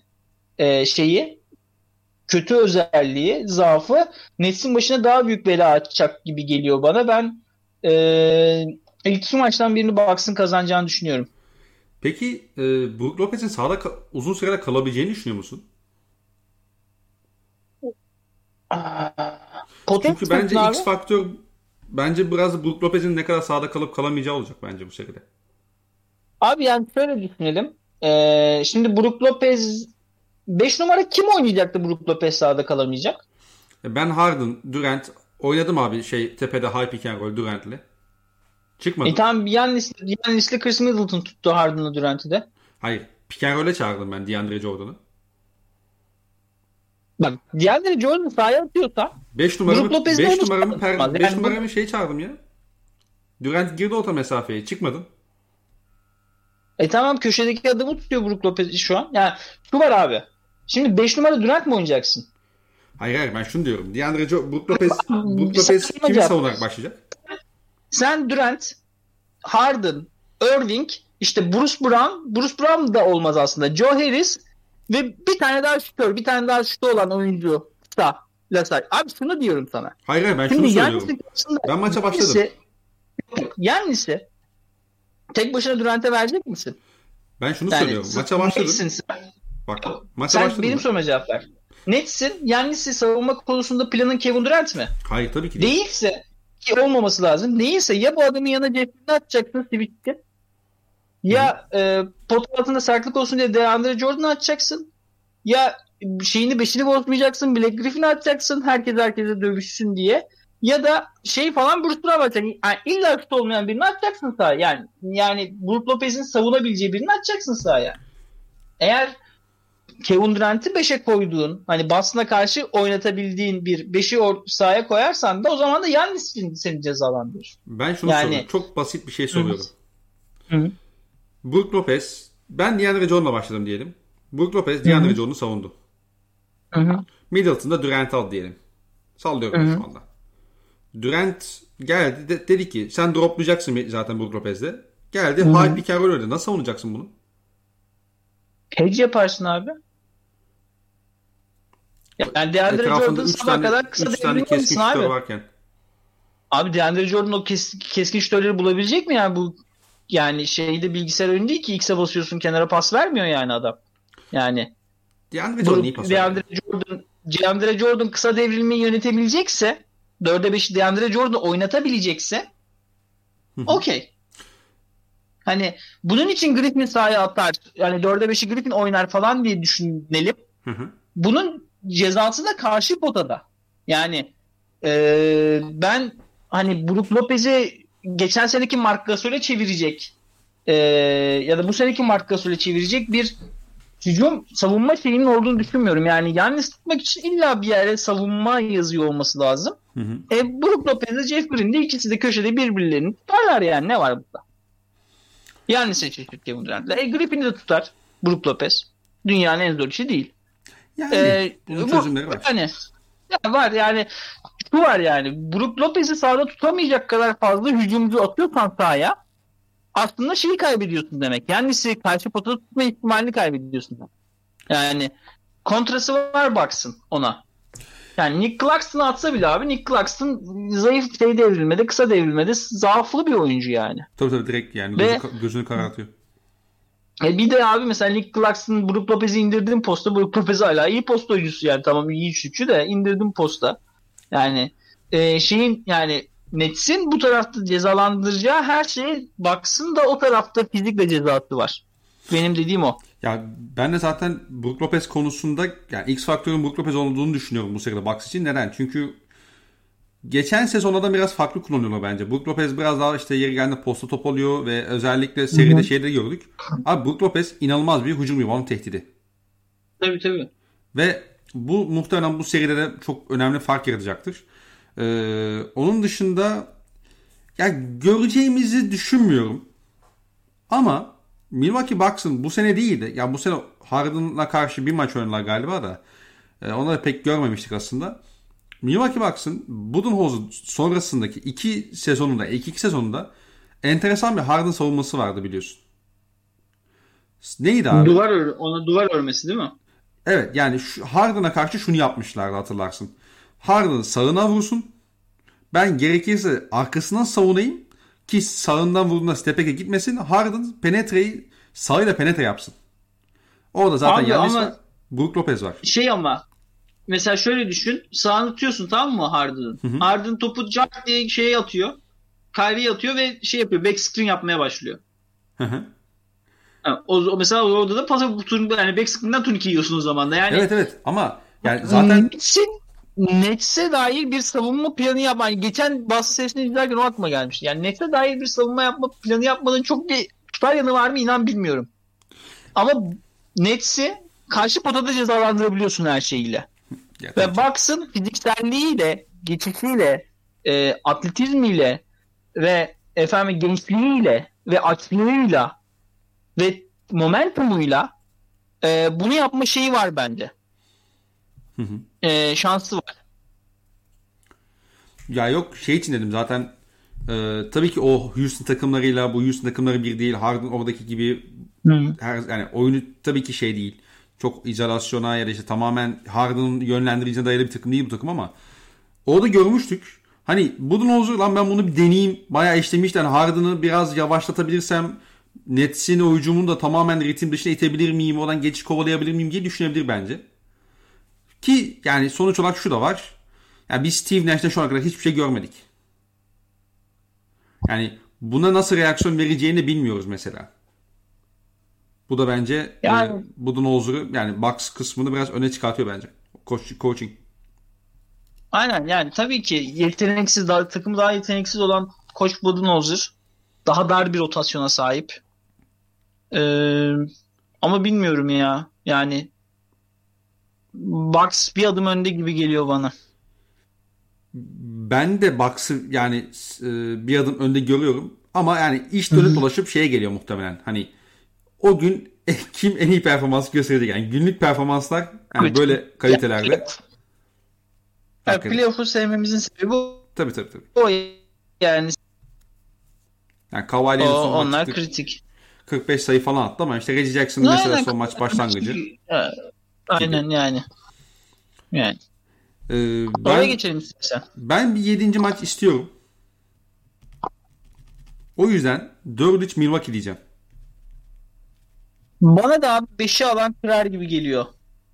kötü özelliği, zaafı Nets'in başına daha büyük bela açacak gibi geliyor bana. Ben ilk iki maçtan birini Bucks'ın kazanacağını düşünüyorum. Peki Brook Lopez'in sahada uzun sürede kalabileceğini düşünüyor musun? Çünkü bence X faktör biraz Brook Lopez'in ne kadar sahada kalıp kalamayacağı olacak bence bu seride. Abi yani şöyle düşünelim. Şimdi Brook Lopez 5 numara kim oynayacaktı Brook Lopez sahada kalamayacak? Ben Harden, Durant oynadım abi tepede high pick and roll Durant'le. Çıkmadı. Tamam Giannis'le Chris Middleton tuttu Harden'la Durant'i de. Hayır. Pick and roll'e çağırdım ben DeAndre Jordan'ı. Bak DeAndre Jordan sahaya atıyorsa 5 numaramı çağırdım ya. Durant girdi orta mesafeye. Çıkmadın. Tamam köşedeki adamı tutuyor Brook Lopez şu an. Yani şu var abi. Şimdi 5 numara Durant mı oynayacaksın? Hayır ben şunu diyorum. Brook Lopez kimi savunarak başlayacak? Sen Durant, Harden, Irving, işte Bruce Brown da olmaz aslında. Joe Harris ve bir tane daha şutör olan oyuncu da Lasar. Abi şunu diyorum sana. Hayır ben şunu söylüyorum. Ben maça başladım. Yannis'i tek başına Durant'e verecek misin? Ben şunu söylüyorum. Maça başladım. Bak maça başladım. Sen benim soruma cevap ver. Nets'in Yannis'i savunma konusunda planın Kevin Durant mi? Hayır tabii ki değil. Değilse ki olmaması lazım. Değilse ya bu adamın yanına cebine atacaksın switch'te Ya pot altında sertlik olsun diye DeAndre Jordan'ı atacaksın. Ya şeyini beşini bozmayacaksın. Black Griffin'i atacaksın. Herkese dövüşsün diye. Ya da şey falan Bruce Brown atacaksın. Yani illa üstü olmayan birini atacaksın sahaya. Yani Brook Lopez'in savunabileceği birini atacaksın sahaya. Eğer Kevin Durant'i 5'e koyduğun, hani Boston'a karşı oynatabildiğin bir 5'i sahaya koyarsan da o zaman da Giannis seni cezalandırır. Ben şunu soruyorum. Çok basit bir şey soruyorum. Hı. Brook Lopez, ben DeAndre Jordan'la başladım diyelim. Brook Lopez DeAndre Jordan'ı savundu. Hı. Middleton'da Durant al diyelim. Sallıyorum şu anda. Durant geldi dedi ki sen droplayacaksın zaten Brook Lopez'de. Geldi high pick and roll öyle. Nasıl savunacaksın bunu? Hedge yaparsın abi. Yani DeAndre Jordan sabah kadar kısa devrilmesin abi. Varken. Abi DeAndre Jordan o keskin şütörleri bulabilecek mi yani bu? Yani şeyde bilgisayar oyunu değil ki X'e basıyorsun kenara pas vermiyor yani adam. Yani DeAndre Jordan iyi pas DeAndre Jordan kısa devrilmeyi yönetebilecekse 4'e 5'i DeAndre Jordan oynatabilecekse okey. Hani bunun için Griffin sahaya atar. Yani 4'e 5'i Griffin oynar falan diye düşünelim. Bunun cezası da karşı potada. Yani ben hani Brook Lopez'i geçen seneki Marc Gasol'e çevirecek ya da bu seneki Marc Gasol'e çevirecek bir hücum savunma şeyinin olduğunu düşünmüyorum. Yani Giannis tutmak için illa bir yere savunma yazıyor olması lazım. Brook Lopez ile Jeff Green de ikisi de köşede birbirlerini tutarlar yani. Ne var burada? Giannis'e çeşit Kevin Durant'la. Griffin'i de tutar Brook Lopez. Dünyanın en zor işi değil. Yani bunun çözümleri var. Yani var yani şu var yani Brook Lopez'i sahada tutamayacak kadar fazla hücumcu atıyorsan sahaya aslında şeyi kaybediyorsun demek. Giannis'i karşı potada tutma ihtimalini kaybediyorsun. Yani kontrası var baksın ona. Yani Nick Claxton'ı atsa bile abi Nick Claxton zayıf devrilmede, kısa devrilmede zaaflı bir oyuncu yani. Tabii direkt yani gözünü karartıyor. Bir de abi mesela Nick Claxton Brook Lopez'i indirdim posta. Brook Lopez hala iyi posta oyuncusu yani tamam iyi şutçu da indirdim posta. Yani yani Nets'in bu tarafta cezalandıracağı her şeye baksın da o tarafta fizikle cezası var. Benim dediğim o. Ya ben de zaten Brook Lopez konusunda yani X faktörün Brook Lopez olduğunu düşünüyorum bu seride Bucks için. Neden? Çünkü geçen sezonda da biraz farklı kullanıyorlar bence. Brook Lopez biraz daha işte yeri geldiğinde posta top alıyor ve özellikle seride şeyleri gördük. Abi Brook Lopez inanılmaz bir hücum rebound tehdidi. Tabii. Ve bu muhtemelen bu seride de çok önemli fark yaratacaktır. Onun dışında ya göreceğimizi düşünmüyorum. Ama Milwaukee Bucks'ın bu sene değildi. Ya bu sene Harden'la karşı bir maç oynadılar galiba da. Onları pek görmemiştik aslında. Milwaukee Bucks'ın Budenholzer sonrasındaki iki sezonunda enteresan bir Harden savunması vardı biliyorsun. Neydi abi? Duvar örmesi değil mi? Evet yani Harden'a karşı şunu yapmışlardı hatırlarsın. Harden sağına vursun. Ben gerekirse arkasından savunayım ki sağından vurduğunda step'e gitmesin. Harden sağıyla penetre yapsın. Orada zaten Giannis var. Brook Lopez var. Ama mesela şöyle düşün. Sağını tutuyorsun tamam mı Harden'ın? Harden topu jack diye şeye atıyor. Kyrie'ye atıyor ve yapıyor. Back screen yapmaya başlıyor. O mesela orada da pasa yani back screen'den turnike yiyorsun o zaman da. Yani evet ama yani zaten Nets'e dair bir savunma planı yapma. Yani geçen Boston serisini izlerken o aklıma gelmişti. Yani Nets'e dair bir savunma planı yapmanın çok bir tutar yanı var mı inan bilmiyorum. Ama Nets'i karşı potada cezalandırabiliyorsun her şeyiyle. Ve Bucks'ın fizikselliğiyle, geçişiyle, atletizmiyle ve gençliğiyle ve açlığıyla ve momentumuyla bunu yapma şeyi var bence. Şansı var. Ya yok için dedim zaten tabii ki o Houston takımlarıyla bu Houston takımları bir değil. Harden oradaki gibi yani oyunu tabii ki değil. Çok izolasyona ya da işte tamamen Harden'ın yönlendiricine dayalı bir takım değil bu takım ama orada görmüştük. Hani Budenholzer lan ben bunu bir deneyeyim. Bayağı işlemişler. Harden'ı biraz yavaşlatabilirsem Nets'in o hücumunu da tamamen ritim dışına itebilir miyim? Oradan geçiş kovalayabilir miyim diye düşünebilir bence. Ki yani sonuç olarak şu da var. Yani biz Steve Nash'te şu ana kadar hiçbir şey görmedik. Yani buna nasıl reaksiyon vereceğini bilmiyoruz mesela. Bu da bence Yani Budenholzer'ı yani Bucks kısmını biraz öne çıkartıyor bence. Coaching. aynen yani tabii ki yeteneksiz takım daha yeteneksiz olan Koç Budenholzer daha dar bir rotasyona sahip. Ee, ama bilmiyorum ya. Yani Bucks bir adım önde gibi geliyor bana. Ben de Bucks'ı yani bir adım önde görüyorum. Ama yani iş Hı dönüp hı. dolaşıp şeye geliyor muhtemelen. Hani o gün kim en iyi performans gösterecek? Yani günlük performanslar yani Evet. böyle Ya, kalitelerde hakikaten. playoff'u sevmemizin sebebi Tabii. o yani Yani Kawhi Leonard son maç onlar çıktı. kritik. 45 sayı falan attı ama işte Reggie Jackson mesela Aynen. son maç başlangıcı gibi. Aynen yani. Yani. Oraya Ben geçelim istersen. bir 7. maç istiyorum. O yüzden 4-3 Milwaukee diyeceğim. Bana da abi 5'i alan kırar gibi geliyor.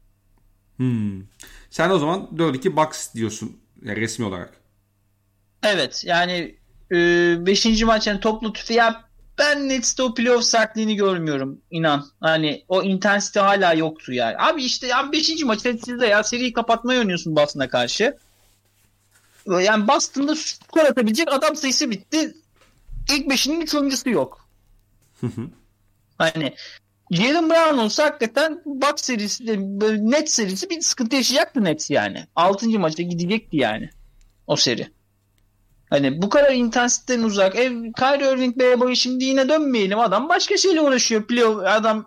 Sen o zaman 4-2 Bucks diyorsun yani resmi olarak. Evet yani 5. maç yani toplu tüfe ya ben Nets'te o playoff sertliğini görmüyorum inan. Hani o intensite hala yoktu yani. Abi işte ya 5. maç sizde ya seriyi kapatmayı oynuyorsun Boston'a karşı. Yani Boston'da skor atabilecek adam sayısı bitti. İlk 5'inin 3 oyuncusu yok. Hani Jaylen Brown olsa hakikaten Bucks serisi Nets serisi bir sıkıntı yaşayacaktı Nets yani. 6. maçta gidecekti yani o seri. Hani bu kadar intensiteden uzak. Kyrie Irving Bey boyu şimdi yine dönmeyelim. Adam başka şeyle uğraşıyor. Playoff adam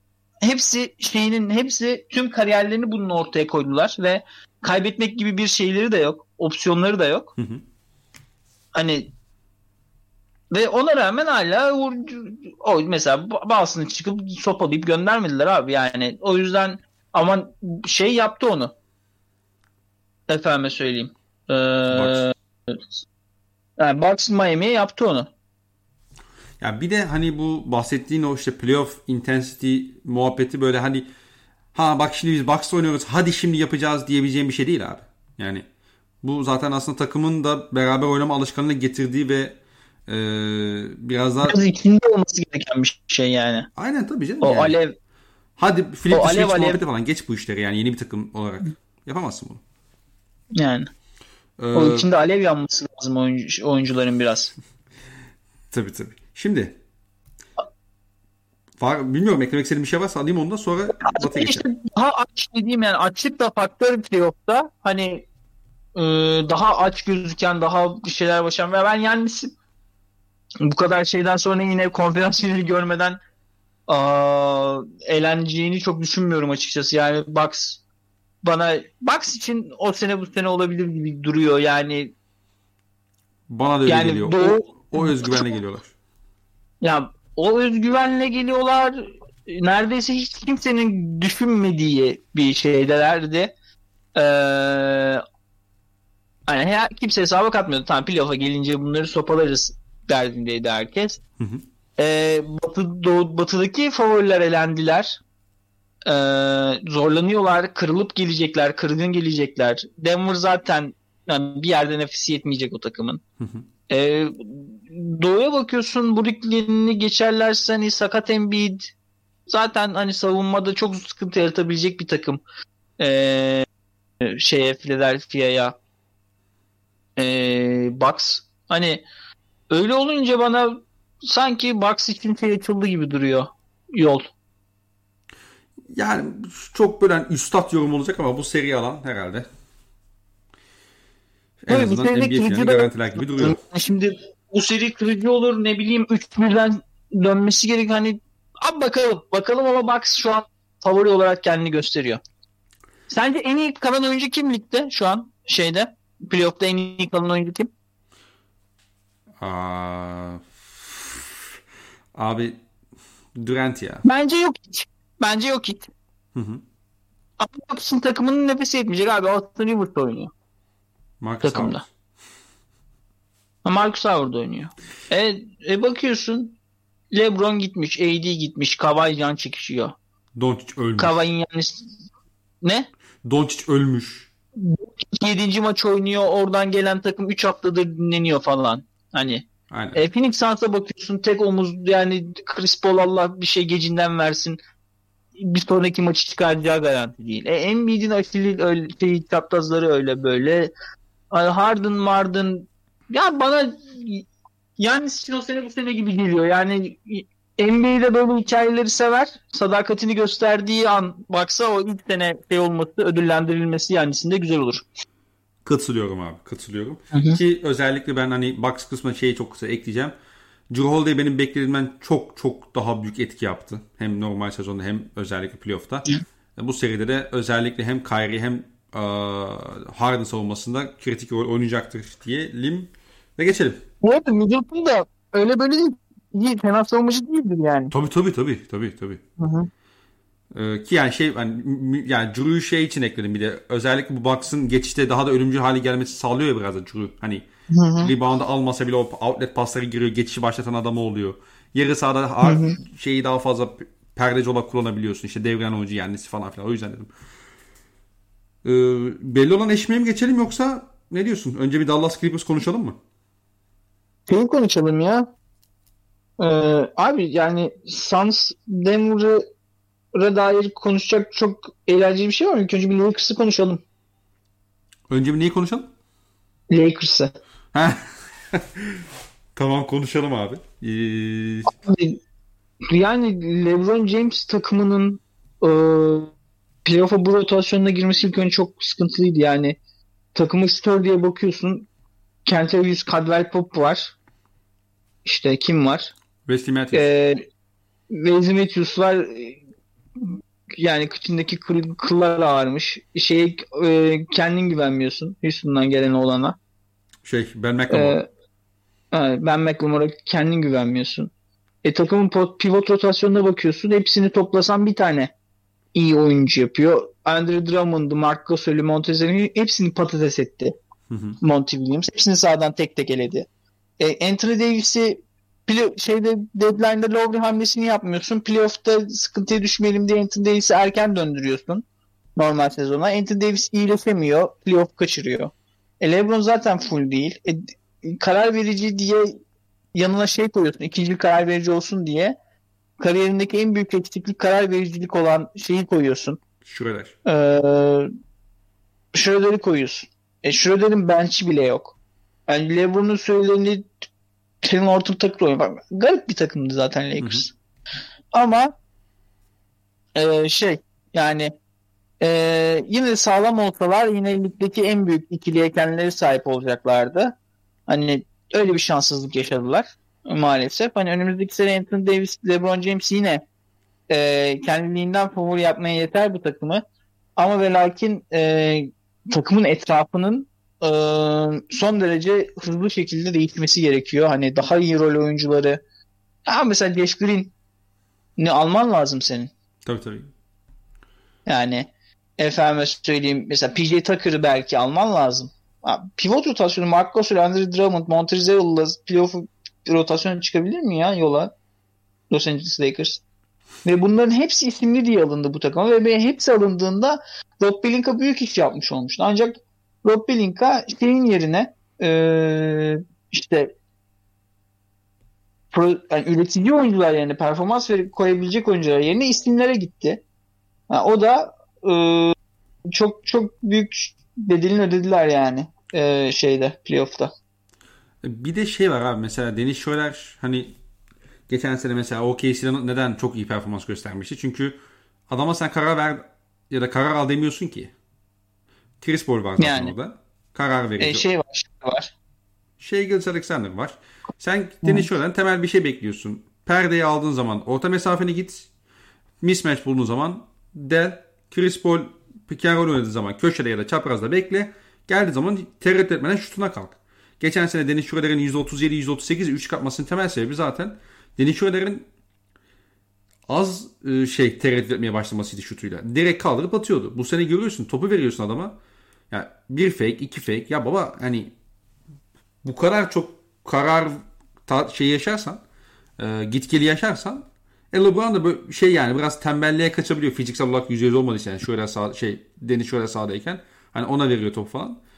hepsi tüm kariyerlerini bunun ortaya koydular ve kaybetmek gibi bir şeyleri de yok. Opsiyonları da yok. Hani ve ona rağmen hala o mesela Boston'ı çıkıp sopalayıp göndermediler abi yani. O yüzden ama şey yaptı onu. Efendime söyleyeyim. Bucks. Yani Bucks Miami'ye yaptı onu. Ya bir de hani bu bahsettiğin o işte playoff intensity muhabbeti böyle hani bak şimdi biz Bucks'la oynuyoruz hadi şimdi yapacağız diyebileceğim bir şey değil abi. Yani bu zaten aslında takımın da beraber oynama alışkanlığını getirdiği ve biraz daha Biraz içinde olması gereken bir şey yani. aynen tabii canım O yani. alev Hadi flip o the alev switch alev muhabbeti falan geç bu işleri yani yeni bir takım olarak. Yapamazsın bunu. yani. O Ee, içinde alev yanması lazım oyuncuların biraz. tabii. Şimdi bilmiyorum eklemek istediğim bir şey varsa alayım onu da sonra Batı'ya İşte geçelim. daha aç dediğim yani açlık da faktör playoff'ta hani e, daha aç gözüken daha bir şeyler başlayan ve ben yani bu kadar şeyden sonra yine konferans finali görmeden eğleneceğini çok düşünmüyorum açıkçası. Yani Bucks için o sene bu sene olabilir gibi duruyor. Bana da öyle Yani geliyor. Doğu O özgüvenle geliyorlar. ya o özgüvenle geliyorlar. Neredeyse hiç kimsenin düşünmediği bir şeydelerdi. Ee, hani kimse hesaba katmıyordu. Tamam playoff'a gelince bunları sopalarız derdindeydi herkes. Batı'daki favoriler elendiler. Zorlanıyorlar. Kırılıp gelecekler. Kırgın gelecekler. Denver zaten yani bir yerde nefesi yetmeyecek o takımın. Ee, Doğu'ya bakıyorsun Brooklyn'i geçerlerse hani sakat Embiid zaten hani savunmada çok sıkıntı yaratabilecek bir takım. Philadelphia'ya Bucks. Hani öyle olunca bana sanki Bucks için şey açıldı gibi duruyor yol. Yani çok böyle üstat yorum olacak ama bu seri alan herhalde. En Tabii bu azından seri NBA finali kırıcı da garantiler gibi duruyor. şimdi bu seri kırıcı olur ne bileyim 3-1'den dönmesi gerek hani abi bakalım ama Bucks şu an favori olarak kendini gösteriyor. Sence en iyi kalan oyuncu kim ligde şu an playoff'ta en iyi kalan oyuncu kim? Aa, abi Durant ya. Bence yok hiç. Bence yok hiç. Hı. Ama Bucks'ın takımının nefesi yetmeyecek abi. Austin Rivers oynuyor Marcus Howard. takımda. Marcus Howard oynuyor. Bakıyorsun LeBron gitmiş, AD gitmiş, Kawhi can çekişiyor. Doncic ölmüş. Kawhi'nin yani ne? Doncic ölmüş. 7. maç oynuyor. Oradan gelen takım 3 haftadır dinleniyor falan. Hani Aynen. Phoenix Suns'a bakıyorsun, tek omuz, yani Chris Paul Allah bir şey gecinden versin. Bir sonraki maçı çıkaracağı garanti değil. Embiid'in Achilles öyle, çaprazları öyle böyle. Harden ya bana Giannis için o sene bu sene gibi geliyor. Yani NBA'de böyle hikayeleri sever. Sadakatini gösterdiği an baksa o ilk sene olması, ödüllendirilmesi Giannis'in de güzel olur. Katılıyorum abi. Katılıyorum. Hı hı. Ki özellikle ben hani Bucks kısmına şeyi çok kısa ekleyeceğim. Jrue Holiday benim beklediğimden çok çok daha büyük etki yaptı. Hem normal sezonda hem özellikle playoff'ta. Bu seride de özellikle hem Kyrie hem Harden savunmasında kritik rol oynayacaktır diyelim ve geçelim. Bu arada Middleton da öyle böyle değil. İyi, fena savunmacı değildir yani. Tabii. Hı hı. Ki yani yani Drew'yu şey için ekledim bir de. Özellikle bu Bucks'ın geçişte daha da ölümcül hale gelmesi sağlıyor ya biraz da Drew. Hani rebound'ı almasa bile o outlet pasları giriyor. Geçişi başlatan adamı oluyor. Yarı sahada şeyi daha fazla perdeci olarak kullanabiliyorsun. İşte devren oyuncu yenisi falan filan. O yüzden dedim. Belli olan eşleşmeye mi geçelim yoksa ne diyorsun? Önce bir Dallas Clippers konuşalım mı? Film konuşalım ya. Abi yani Suns Denver'a dair konuşacak çok eğlenceli bir şey var mı? İlk önce bir Lakers'ı konuşalım. Önce bir neyi konuşalım? Lakers'ı. Tamam konuşalım abi. Yani LeBron James takımının playoff'a bu rotasyonuna girmesi ilk önce çok sıkıntılıydı. Yani takımı şutör diye bakıyorsun. Kentavius Caldwell-Pope var. İşte kim var? Wesley Matthews. Wesley Matthews var. Yani kıçındaki kıllar ağarmış. Kendin güvenmiyorsun. Houston'dan gelen olana. Ben McLemore. Ben McLemore'a kendin güvenmiyorsun. Takımın pivot rotasyonuna bakıyorsun. Hepsini toplasan bir tane iyi oyuncu yapıyor. Andre Drummond'u, Marc Gasol'ü, Montezer'i hepsini patates etti. Monty Williams. Hepsini sağdan tek tek eledi. Anthony Davis'i deadline'da Lowry hamlesini yapmıyorsun. Playoff'ta sıkıntıya düşmeyelim diye Anthony Davis'i erken döndürüyorsun. Normal sezona. Anthony Davis iyileşemiyor. Playoff kaçırıyor. LeBron zaten full değil. Karar verici diye yanına koyuyorsun. İkinci karar verici olsun diye. Kariyerindeki en büyük eksiklik karar vericilik olan şeyi koyuyorsun. Schroeder. Schroeder'i koyuyorsun. Schroeder'in bench'i bile yok. Yani LeBron'un söylediğini senin orta takır oynuyor. Garip bir takımdı zaten Lakers. Ama yani yine de sağlam olsalar yine ligdeki en büyük ikiliye kendileri sahip olacaklardı. Hani öyle bir şanssızlık yaşadılar maalesef. Hani önümüzdeki sene Anthony Davis, LeBron James yine kendiliğinden favori yapmaya yeter bu takımı. Ama ve lakin takımın etrafının son derece hızlı şekilde değişmesi gerekiyor. Hani daha iyi rol oyuncuları. Mesela Josh Green'i alman lazım senin. Tabii. Yani efendime söyleyeyim, mesela PJ Tucker'ı belki alman lazım. Pivot rotasyonu Marc Gasol, Andre Drummond, Montrezl'la playoff rotasyonu çıkabilir mi ya yola? Los Angeles Lakers. Ve bunların hepsi isimli diye alındı bu takıma ve hepsi alındığında Rob Pelinka büyük iş yapmış olmuştu. Ancak Rob Pelinka şeyin yerine yani üretici oyuncular yerine, performans koyabilecek oyuncular yerine isimlere gitti. O da çok çok büyük bedelini ödediler yani playoff'ta. Bir de var abi, mesela Dennis Schroeder hani geçen sene mesela OKC'de neden çok iyi performans göstermişti? Çünkü adama sen karar ver ya da karar al demiyorsun ki. Chris Paul var zaten yani orada. Karar verici. var. Shai Gilgeous-Alexander var. Sen Dennis Schroeder'den temel bir şey bekliyorsun. Perdeyi aldığın zaman orta mesafene git. Mismatch bulduğun zaman del. Chris Paul pick and roll oynadığı zaman köşede ya da çaprazda bekle. Geldiği zaman tereddüt etmeden şutuna kalk. Geçen sene Dennis Schroeder'in %37-%38'e 3 katmasının temel sebebi zaten Dennis Schroeder'in az tereddüt etmeye başlamasıydı şutuyla. Direkt kaldırıp atıyordu. Bu sene görüyorsun, topu veriyorsun adama. Ya bir fake, iki fake. Ya baba hani bu kadar çok karar yaşarsan, git geli yaşarsan, LeBron da böyle yani biraz tembelliğe kaçabiliyor. Fiziksel olarak %100 olmadığı için yani Dennis Schroeder sahadayken hani ona veriyor topu falan.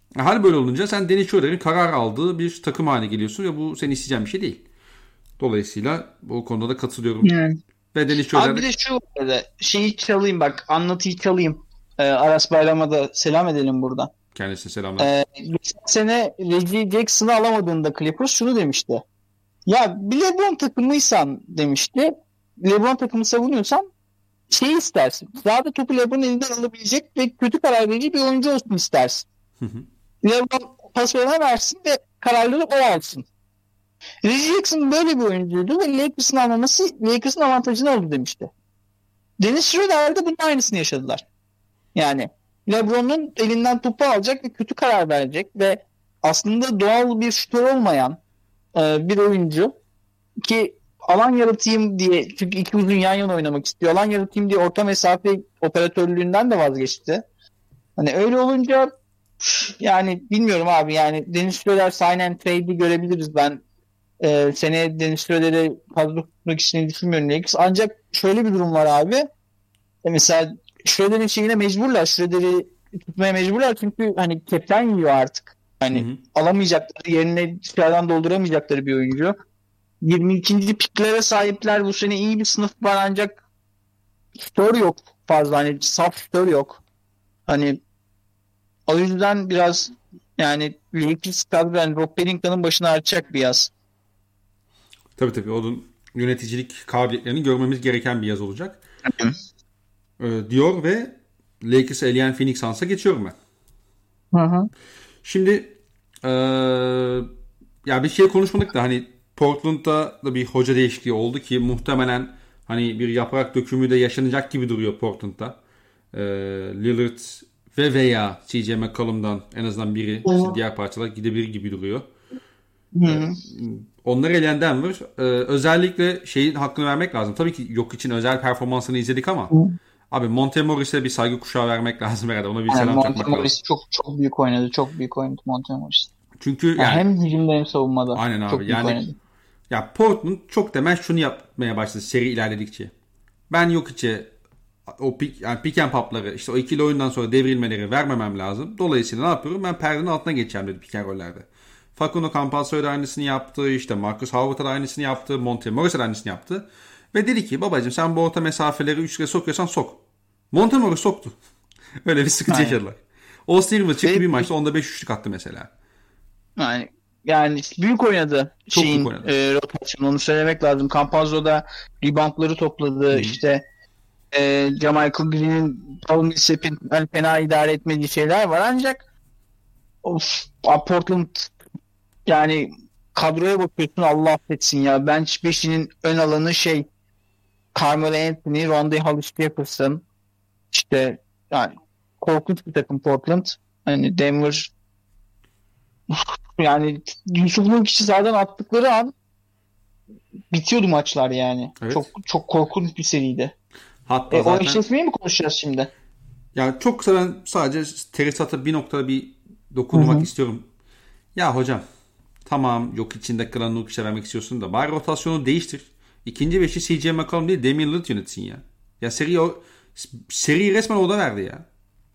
Hal böyle olunca sen Dennis Schroeder'in karar aldığı bir takım haline geliyorsun ve bu senin isteyeceğin bir şey değil. Dolayısıyla bu konuda da katılıyorum. Yani. Ve Dennis Abi Schroeder bir de şu arada şeyi çalayım bak, anlatıyı çalayım. Aras Bayram'a da selam edelim buradan. kendisine selamlar. Geçen sene Reggie Jackson'ı alamadığında Clippers şunu demişti. Ya bir LeBron takımıysan demişti. LeBron takımı savunuyorsan şey istersin. Sahada topu LeBron'un elinden alabilecek ve kötü karar verici bir oyuncu olsun istersin. LeBron pas versin ve kararları o alsın. Reggie Jackson böyle bir oyuncuydu ve Lakers'ın almaması Lakers'ın avantajını oldu demişti. Dennis Schroeder de bunun aynısını yaşadılar. Yani LeBron'un elinden topu alacak ve kötü karar verecek ve aslında doğal bir şutör olmayan bir oyuncu ki alan yaratayım diye, çünkü iki uzun yan yana oynamak istiyor. Alan yaratayım diye orta mesafe operatörlüğünden de vazgeçti. Hani öyle olunca yani bilmiyorum abi, yani Dennis Schroeder sign and trade'i görebiliriz. Ben seneye Dennis Schroeder'i kadro tutmak için düşünmüyorum Lakers. Ancak şöyle bir durum var abi. Mesela Schroeder'in şeyine mecburlar. Schroeder'i tutmaya mecburlar çünkü hani cap'ten yiyor artık. Hani alamayacakları, yerine dışarıdan dolduramayacakları bir oyuncu. 22. piklere sahipler. Bu sene iyi bir sınıf var ancak şutör yok fazla. Hani saf şutör yok. Hani o yüzden biraz yani Lakers kadro, yani Rob Pelinkan'ın başına artacak bir yaz. Tabii onun yöneticilik kabiliyetlerini görmemiz gereken bir yaz olacak. Diyor ve Lakers'ı eleyen Phoenix Suns'a geçiyorum ben. Hı. Şimdi ya bir şey konuşmadık da hani Portland'da da bir hoca değişikliği oldu ki muhtemelen hani bir yaprak dökümü de yaşanacak gibi duruyor Portland'da. Lillard ve veya CJ McCollum'dan en azından biri diğer parçalar gidebilir gibi duruyor. Onlar eleyen Denver. Özellikle şeyin hakkını vermek lazım. Tabii ki yok için özel performansını izledik ama abi Monte Morris'e bir saygı kuşağı vermek lazım herhalde. Ona bir selam çakmak lazım. Monte Morris çok büyük oynadı. Çok büyük oynadı Monte Morris. Çünkü yani hem hücumda hem savunmada. Aynen abi. Çok büyük yani oynadı. Ya Portland çok temel şunu yapmaya başladı seri ilerledikçe. Ben yok içe o pick and pop'ları, işte o ikili oyundan sonra devrilmeleri vermemem lazım. Dolayısıyla ne yapıyorum? Ben perdenin altına geçeceğim dedi pick and roll'lerde. Facundo Campazzo da aynısını yaptı. İşte Marcus Howard da aynısını yaptı. Monte Morris de aynısını yaptı. Ve dedi ki babacığım sen bu orta mesafeleri 3 kere sokuyorsan sok. Monte Morris soktu. Öyle bir sıkıntı yaşadılar. Austin Rivers çıktı bir maçta onda 5 üçlük attı mesela. Yani büyük oynadı. Çok büyük oynadı. Rotasyon, onu söylemek lazım. Campazzo da reboundları topladı. İşte Jamal Green'in, Paul Millsap'in hani fena idare etmediği şeyler var ancak Portland yani kadroya bakıyorsun, Allah affetsin ya. Bench 5'inin ön alanı Carmelo Anthony, Rondae Hollis-Jefferson, işte yani korkunç bir takım Portland. Hani Denver yani Yusuf Nurkic'i zaten attıkları an bitiyordu maçlar yani. Evet. Çok korkunç bir seriydi. Hatta O eşleşmeyi mi konuşacağız şimdi? Ya çok kısa ben sadece Terisat'a bir noktada bir dokunmak istiyorum. Ya hocam tamam yok içinde kalan Nurkic'e vermek istiyorsun da bari rotasyonu değiştir. İkinci beşi CJ McCollum değil Damian Lillard yönetsin ya. Ya seriyi resmen o da verdi ya.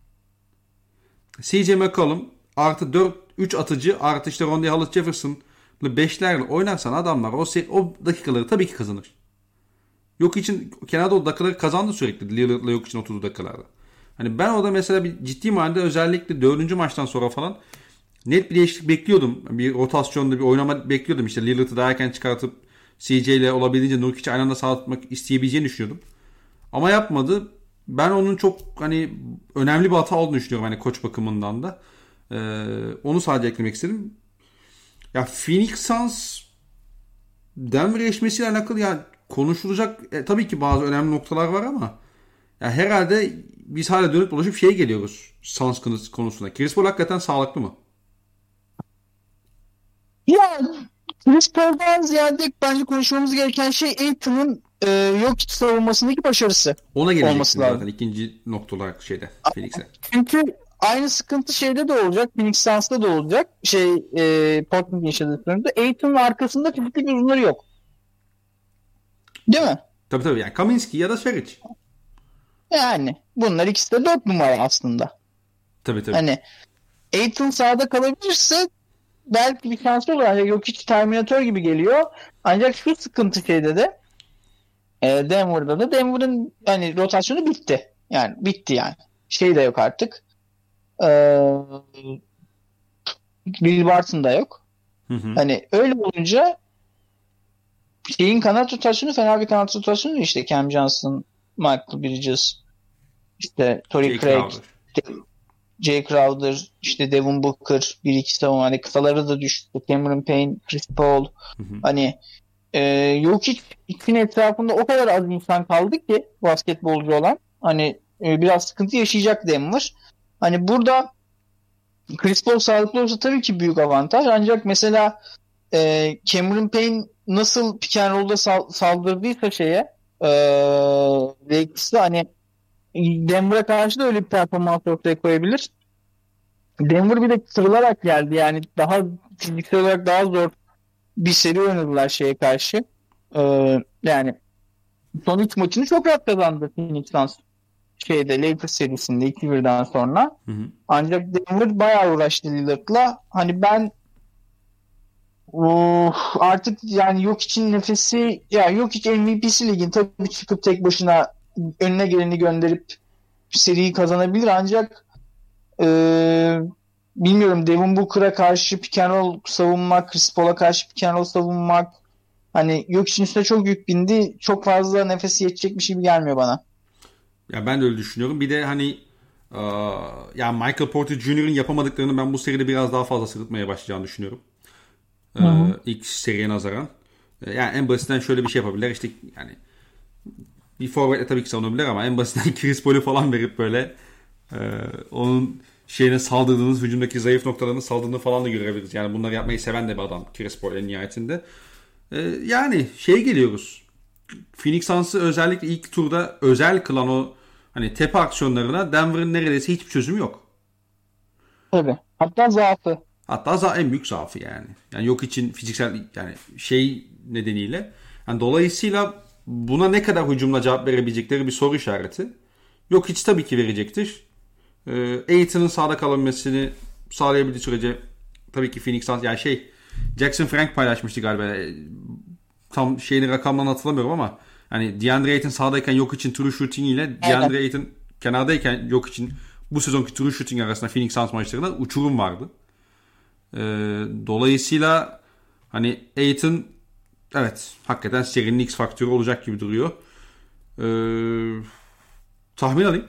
CJ McCollum artı 3 atıcı artı işte Rondae Hollis-Jefferson'lı beşlerle oynarsan adamlar o dakikaları tabii ki kazanır. Yok için kenarda o dakikaları kazandı sürekli Lillard'la yok için 30 dakikalarda. Hani ben orada mesela bir ciddi manada özellikle 4. maçtan sonra falan net bir değişiklik bekliyordum. Bir rotasyonda bir oynama bekliyordum. İşte Lillard'ı daha erken çıkartıp CJ ile olabildiğince Nurkic'i aynı anda sağlatmak isteyebileceğini düşünüyordum. Ama yapmadı. Ben onun çok hani önemli bir hata olduğunu düşünüyorum hani koç bakımından da. Onu sadece eklemek istedim. Ya Phoenix Suns Denver eşleşmesiyle alakalı yani konuşulacak tabii ki bazı önemli noktalar var ama ya herhalde biz hala dönüp dolaşıp geliyoruz Suns konusunda. Chris Paul hakikaten sağlıklı mı? Ya Chris Paul'dan ziyade bence konuşmamız gereken şey Aiton'un yok savunmasındaki başarısı. Ona gelecektim zaten ikinci nokta olarak Phoenix'e. Çünkü aynı sıkıntı şeyde de olacak. Phoenix Suns'ta da olacak. Portland yaşadığı sırada Aiton'un arkasında fizikli bir uzunları yok. Değil mi? Tabii yani Kaminsky ya da Šarić. Yani bunlar ikisi de 4 numara aslında. Tabii. Hani Aiton sahada kalabilirse belki bir şansı olur. Ancak yok, hiç Terminator gibi geliyor. Ancak şu sıkıntı şeyde de Denver'da da Denver'ın hani rotasyonu bitti. Yani bitti yani. Şey de yok artık. Ee, Will Barton da yok. Hı hı. Hani öyle olunca şeyin kanat rotasyonu fena bir kanat rotasyonu değil. İşte Cam Johnson, Michael Bridges, işte Torrey Jake Craig, Crowder. Jay Crowder, işte Devin Booker, bir iki savunma. Hani kısaları da düştü. Cameron Payne, Chris Paul. Hı hı. Hani yok, hiç için etrafında o kadar az insan kaldı ki basketbolcu olan. Hani biraz sıkıntı yaşayacak Denver. Hani burada Chris Paul sağlıklı olursa tabii ki büyük avantaj. Ancak mesela Cameron Payne nasıl pick and roll'da saldırdıysa şeye Lakers'ta, hani Denver'a karşı da öyle bir performans ortaya koyabilir. Denver bir de kırılarak geldi. Yani daha fiziksel olarak daha zor bir seri oynadılar şeye karşı. Yani son 3 maçını çok rahat kazandı Phoenix Suns Lakers serisinde 2-1'den sonra. Hı hı. Ancak Denver bayağı uğraştı Lillard'la. Hani ben artık yani yok için nefesi, ya yok hiç MVP'si ligin, tabii çıkıp tek başına önüne geleni gönderip seriyi kazanabilir, ancak bilmiyorum, Devin Booker'a karşı pick and roll savunmak, Chris Paul'a karşı pick and roll savunmak, hani yok için üstüne çok yük bindi. Çok fazla nefesi yetecek bir şey gibi gelmiyor bana. Ya ben de öyle düşünüyorum. Bir de hani ya Michael Porter Jr.'ın yapamadıklarını ben bu seride biraz daha fazla sırıtmaya başlayacağını düşünüyorum. Hı hı. İlk seriye nazaran. Yani en basitinden şöyle bir şey yapabilirler. İşte yani bir forvetle tabii ki savunabilir ama en basitinden Chris Paul'u falan verip böyle onun şeyine saldırdığınız, hücumdaki zayıf noktalarını saldırdığını falan da görebiliriz. Yani bunları yapmayı seven de bir adam Chris Paul en nihayetinde. Yani geliyoruz. Phoenix Suns'ı özellikle ilk turda özel kılan o hani tepe aksiyonlarına Denver'ın neredeyse hiçbir çözümü yok. Tabii. Hatta zaafı. Hatta en büyük zaafı yani. Yani yok için fiziksel yani nedeniyle. Yani dolayısıyla buna ne kadar hücumla cevap verebilecekleri bir soru işareti. Yok hiç tabii ki verecektir. Aiton'un sahada kalabilmesini sağlayabildiği sürece tabii ki Phoenix Suns yani Jackson Frank paylaşmıştı galiba. Tam rakamlarını hatırlamıyorum ama hani DeAndre Ayton sahadayken yok için true shooting ile DeAndre Ayton kenardayken yok için bu sezonki true shooting arasında Phoenix Suns maçlarında uçurum vardı. Dolayısıyla hani Ayton evet hakikaten serinin X faktörü olacak gibi duruyor. Tahmin alayım.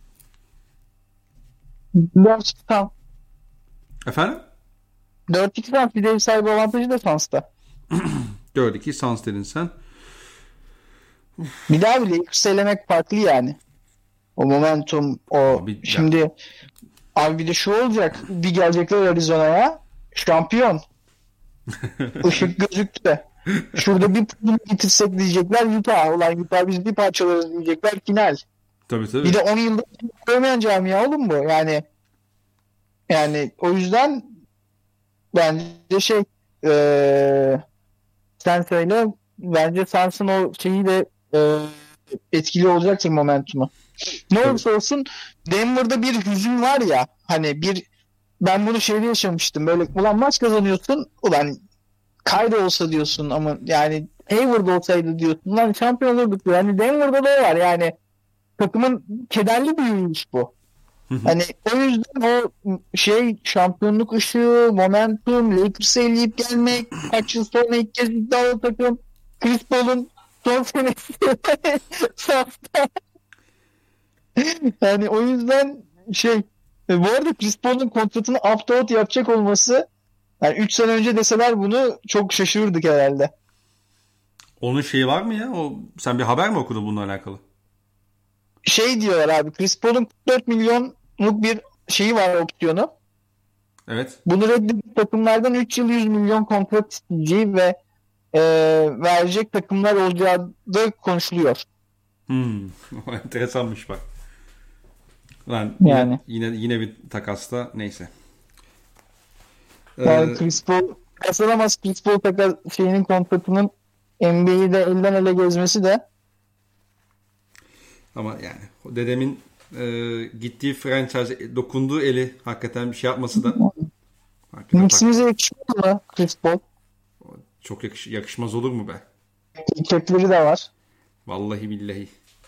4-2 Efendim? 4-2 Suns, bir de ev sahibi avantajı da Suns'ta. 4-2 Suns dedin sen. Bir daha bile Lakers elemek farklı yani. O momentum, o Abi, şimdi abi bir de şu olacak. Bir gelecekler Arizona'ya, şampiyon. Işık gözüktü. Şurada bir puan getirsek diyecekler Utah. Ulan Utah biz bir parçalarız diyecekler, final. Tabii. Bir de 10 yılda görmeyen camia oğlum bu. Yani o yüzden bence sen söyle, bence Suns'ın o şeyi de etkili olacaktır momentumu. Ne Tabii. olursa olsun Denver'da bir hüzün var ya, hani ben bunu yaşamıştım, böyle ulan maç kazanıyorsun, ulan Kyrie olsa diyorsun, ama yani Hayward olsaydı diyorsun, ulan şampiyon olurduk diyor. Yani Denver'da da var yani, takımın kederli bir yürüyüş bu. Hani o yüzden o şampiyonluk ışığı, momentum, Lakers'ı eleyip gelmek, kaç yıl sonra ilk kez iddialı takım, Chris Paul'un son senesi safta. Yani o yüzden bu arada Chris Paul'un kontratını opt-out yapacak olması, yani 3 sene önce deseler bunu çok şaşırırdık herhalde. Onun var mı ya? Sen bir haber mi okudun bununla alakalı? Diyorlar abi, Chris Paul'un 4 milyonluk bir var, opsiyonu. Evet. Bunu reddedip takımlardan 3 yıl 100 milyon kontrat isteyeceği ve verecek takımlar olacağı da konuşuluyor. Enteresanmış bak. Lan Yani. yine bir takasta neyse. Yani Chris Paul kazanamaz, Chris Paul kontratının NBA'de elden ele gezmesi de. Ama yani dedemin gittiği franchise dokunduğu eli hakikaten bir şey yapması da Knicks'imize yakışmadı mı Chris Paul? çok yakışmaz olur mu be? İpekleri de var. Vallahi billahi.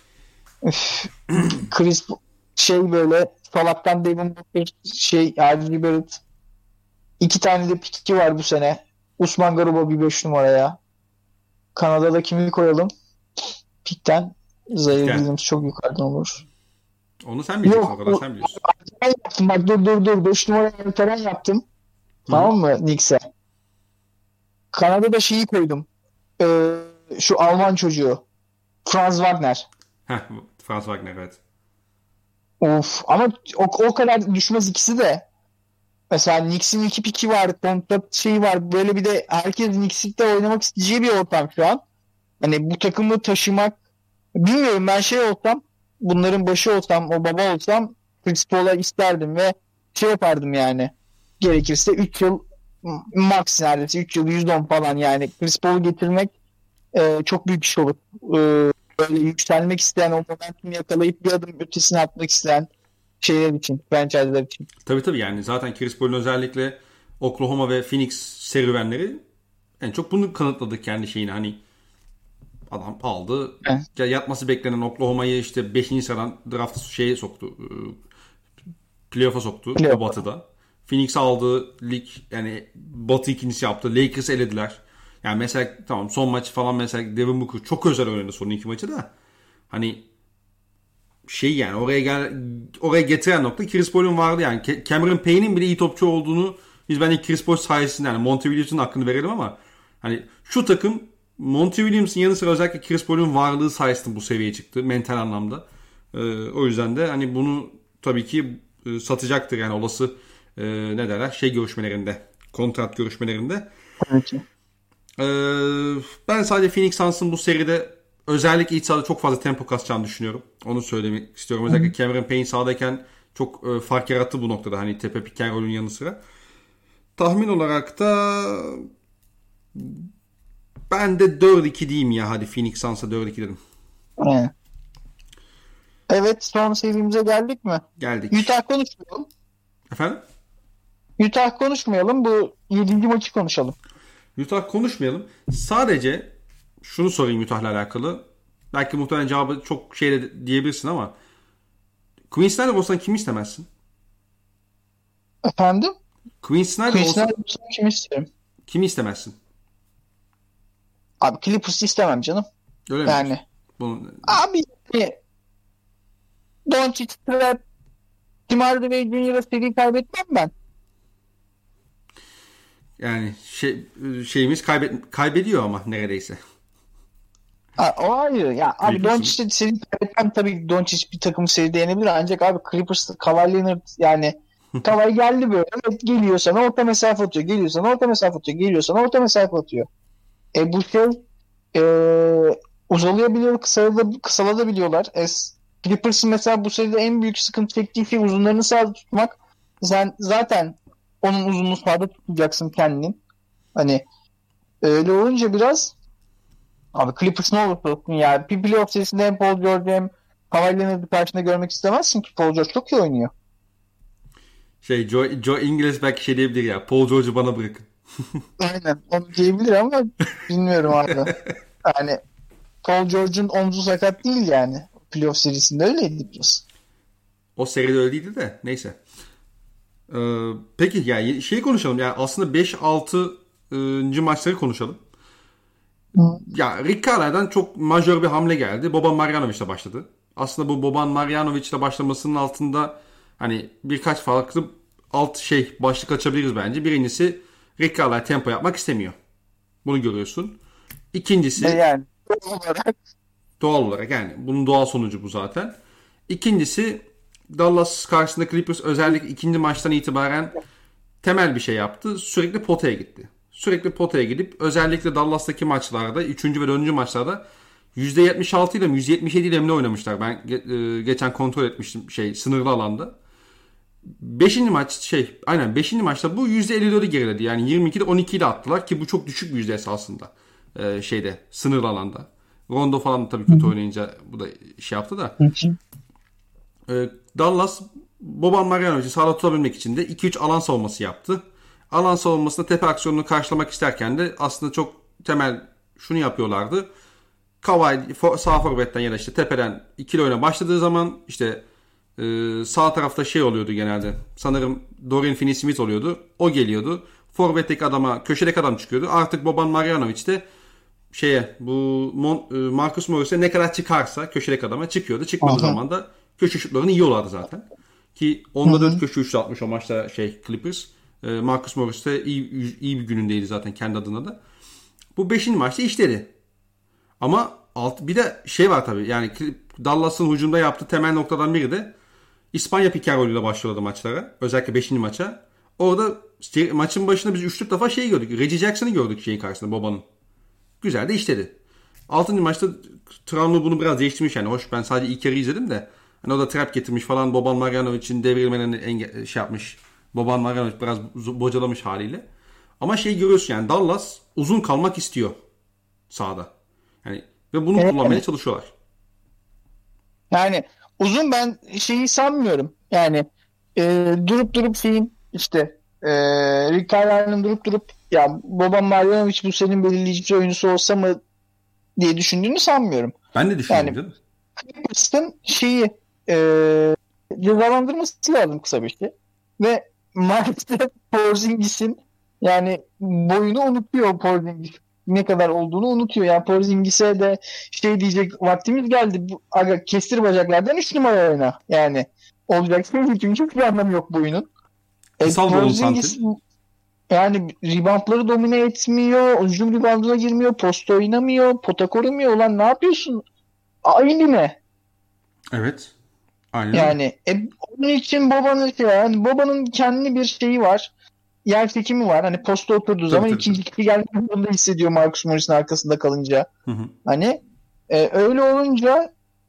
Chris böyle salaktan Devin Booker R.J. Barrett 2 tane de piki var bu sene. Usman Garuba bir 5 numaraya. Kanada'da kimi koyalım? Pikten Zaire Williams çok yukarıdan olur. Onu sen bileceksin, o kadar sen biliyorsun. Yaptım. Bak dur. 5 numaraya veteran yaptım. Tamam mı Knicks'e? Kanada'da koydum. Şu Alman çocuğu. Franz Wagner. Franz Wagner, evet. Of, ama o kadar düşmez ikisi de. Mesela Knicks'in 2 piki var, kontrat var. Böyle bir de herkes Knicks'te oynamak isteyeceği bir ortam şu an. Hani bu takımı taşımak, bilmiyorum, ben olsam, bunların başı olsam, o baba olsam Chris Paul'a isterdim ve yapardım yani. Gerekirse 3 yıl max, neredeyse 3 yıl 110 falan yani. Chris Paul'u getirmek çok büyük iş olur. Böyle yükselmek isteyen, o momentumu yakalayıp bir adım ötesine atmak isteyen şeyler için, franchise'lar için. Tabii yani zaten Chris Paul'un özellikle Oklahoma ve Phoenix serüvenleri en çok bunu kanıtladı kendi şeyini. Hani adam aldı. Evet. Yatması beklenen Oklahoma'yı işte 5. sıradan draft soktu. Playoff'a soktu o Batı'da. Phoenix aldı, lig yani Batı ikincisi yaptı. Lakers elediler. Yani mesela tamam, son maçı falan mesela Devin Booker çok özel oynadı son 2 maçı da. Hani yani oraya getiren nokta Chris Paul'un vardı yani. Cameron Payne'in bile iyi topçu olduğunu biz bence Chris Paul sayesinde, yani Monty Williams'ın hakkını verelim ama hani şu takım Monty Williams'ın yanı sıra özellikle Chris Paul'un varlığı sayesinde bu seviyeye çıktı mental anlamda. O yüzden de hani bunu tabii ki satacaktır yani olası ne derler görüşmelerinde, kontrat görüşmelerinde. Evet. Ben sadece Phoenix Suns'ın bu seride özellikle iç sahada çok fazla tempo kasacağını düşünüyorum. Onu söylemek istiyorum. Özellikle Cameron Payne sahadayken çok fark yarattı bu noktada. Hani tepe pick and roll'ün yanı sıra. Tahmin olarak da ben de 4-2 diyeyim ya. Hadi Phoenix Suns'a 4-2 dedim. Evet, son serimize geldik mi? Geldik. Utah konuşmayalım. Efendim? Utah konuşmayalım. Bu 7. maçı konuşalım. Utah konuşmayalım. Sadece şunu sorayım Utah'la alakalı. Belki muhtemelen cevabı çok diyebilirsin ama Quinn Snyder olsan kimi istemezsin? Efendim? Quinn Snyder olsan kimi isterim? Kimi istemezsin? Abi Clippers'ı istemem canım. Öyle mi? Yani. Abi Doncic, Trap, Tim Hardaway Jr.'a seri kaybetmem ben. Yani şeyimiz kaybediyor ama neredeyse. O ayrı. Ya abi Doncic'te seri kaybetmem, tabii Doncic bir takım seride yenebilir ancak abi Clippers'ta Kawhi Leonard yani Kawhi geldi böyle. Evet, geliyor sana orta mesafe atıyor. Geliyor sana orta mesafe atıyor. Geliyor sana orta mesafe atıyor. Bu uzalayabiliyor, kısalabiliyorlar. Clippers'ın mesela bu seride en büyük sıkıntı çektiği şey uzunlarını sahada tutmak. Sen zaten onun uzunluğu sahada tutacaksın kendinin. Hani öyle olunca biraz abi Clippers ne olursa olsun ya. Bir playoff serisinde hem Paul George hem Kawhi Leonard'ı karşında görmek istemezsin ki. Paul George çok iyi oynuyor. Joe Ingles belki diyebilir ya. Paul George'u bana bırakın. Aynen. Onu diyebilir ama bilmiyorum abi. Yani Paul George'un omzu sakat değil yani. Playoff serisinde öyleydi biraz. O seride öyle değildi de neyse. Peki yani konuşalım. Yani aslında 5-6. Maçları konuşalım. Ya Rick Carlisle'dan çok majör bir hamle geldi. Boban Marjanovic'le başladı. Aslında bu Boban Marjanovic'le başlamasının altında hani birkaç farklı başlık açabiliriz bence. Birincisi Rick Carlisle tempo yapmak istemiyor. Bunu görüyorsun. İkincisi yani doğal olarak yani bunun doğal sonucu bu zaten. İkincisi Dallas karşısında Clippers özellikle ikinci maçtan itibaren temel bir şey yaptı. Sürekli potaya gitti. Sürekli potaya gidip özellikle Dallas'taki maçlarda 3. ve 4. maçlarda %76 ile mi %77 ile mi oynamışlar. Ben geçen kontrol etmiştim sınırlı alanda. 5. maçta bu %54'ü geriledi. Yani 22'de 12 ile attılar ki bu çok düşük bir yüzde esasında. Sınırlı alanda. Rondo falan tabii kötü oynayınca bu da yaptı da. Dallas Boban Marjanovic'i sahada tutabilmek için de 2-3 alan savunması yaptı. Alan savunmasında tepe aksiyonunu karşılamak isterken de aslında çok temel şunu yapıyorlardı. Kawhi sağ forvetten ya da işte tepeden ikili oyuna başladığı zaman işte sağ tarafta şey oluyordu genelde. Sanırım Dorian Finney-Smith oluyordu. O geliyordu. Forvetteki adama, köşedeki adam çıkıyordu. Artık Boban Marjanovic de Marcus Morris'e ne kadar çıkarsa köşedeki adama çıkıyordu. Çıkmadığı zaman da köşe şutlarını yiyorlardı zaten. Ki onda 4 köşe şut atmış o maçta Clippers. Marcus Morris de iyi bir günündeydi zaten kendi adına da. Bu 5. maçta işledi. Ama bir de şey var tabii. Yani Dallas'ın hücumda yaptığı temel noktadan biri de İspanya pick-and-roll'üyle başlıyordu maçlara. Özellikle 5. maça. Orada maçın başında biz 3-4 defa şey gördük. Reggie Jackson'ı gördük şeyin karşısında, Boban'ın. Güzel de işledi. 6. maçta Trabzon bunu biraz değiştirmiş yani. Hoş, ben sadece ilk yarı izledim de. Hani o da trap getirmiş falan. Boban Marjanovic'in devrilmelerini şey yapmış. Boban Marjanovic biraz bocalamış haliyle. Ama şey görüyorsun yani Dallas uzun kalmak istiyor sahada. Yani ve bunu kullanmaya çalışıyorlar. Yani uzun ben şeyi sanmıyorum. Yani durup şeyin işte Rick Carlisle'ın durup ya Boban Marjanovic bu senin belirleyici bir oyuncusu olsa mı diye düşündüğünü sanmıyorum. Ben de düşünüyorum yani, değil mi? Clippers'ın şeyi cezalandırması lazım kısa bir şey. Ve maalesef Porzingis'in yani boyunu unutuyor Porzingis. Ne kadar olduğunu unutuyor. Yani Porzingis'e de şey diyecek vaktimiz geldi. Aga kestir bacaklardan 3 numara oyna. Yani olacak şey değil. Çünkü hiçbir anlamı yok bu oyunun. Porzingis yani reboundları domine etmiyor. Hücum rebounduna girmiyor. Post oynamıyor. Pota korumuyor. Ulan ne yapıyorsun? Aynı ne? Evet. Aynen. Yani onun için babanın kendi bir şeyi var. Yer çekimi var. Hani posta oturduğu zaman ikinci kişi gelmek zorunda hissediyor Marcus Morris'in arkasında kalınca. Hı. Hani öyle olunca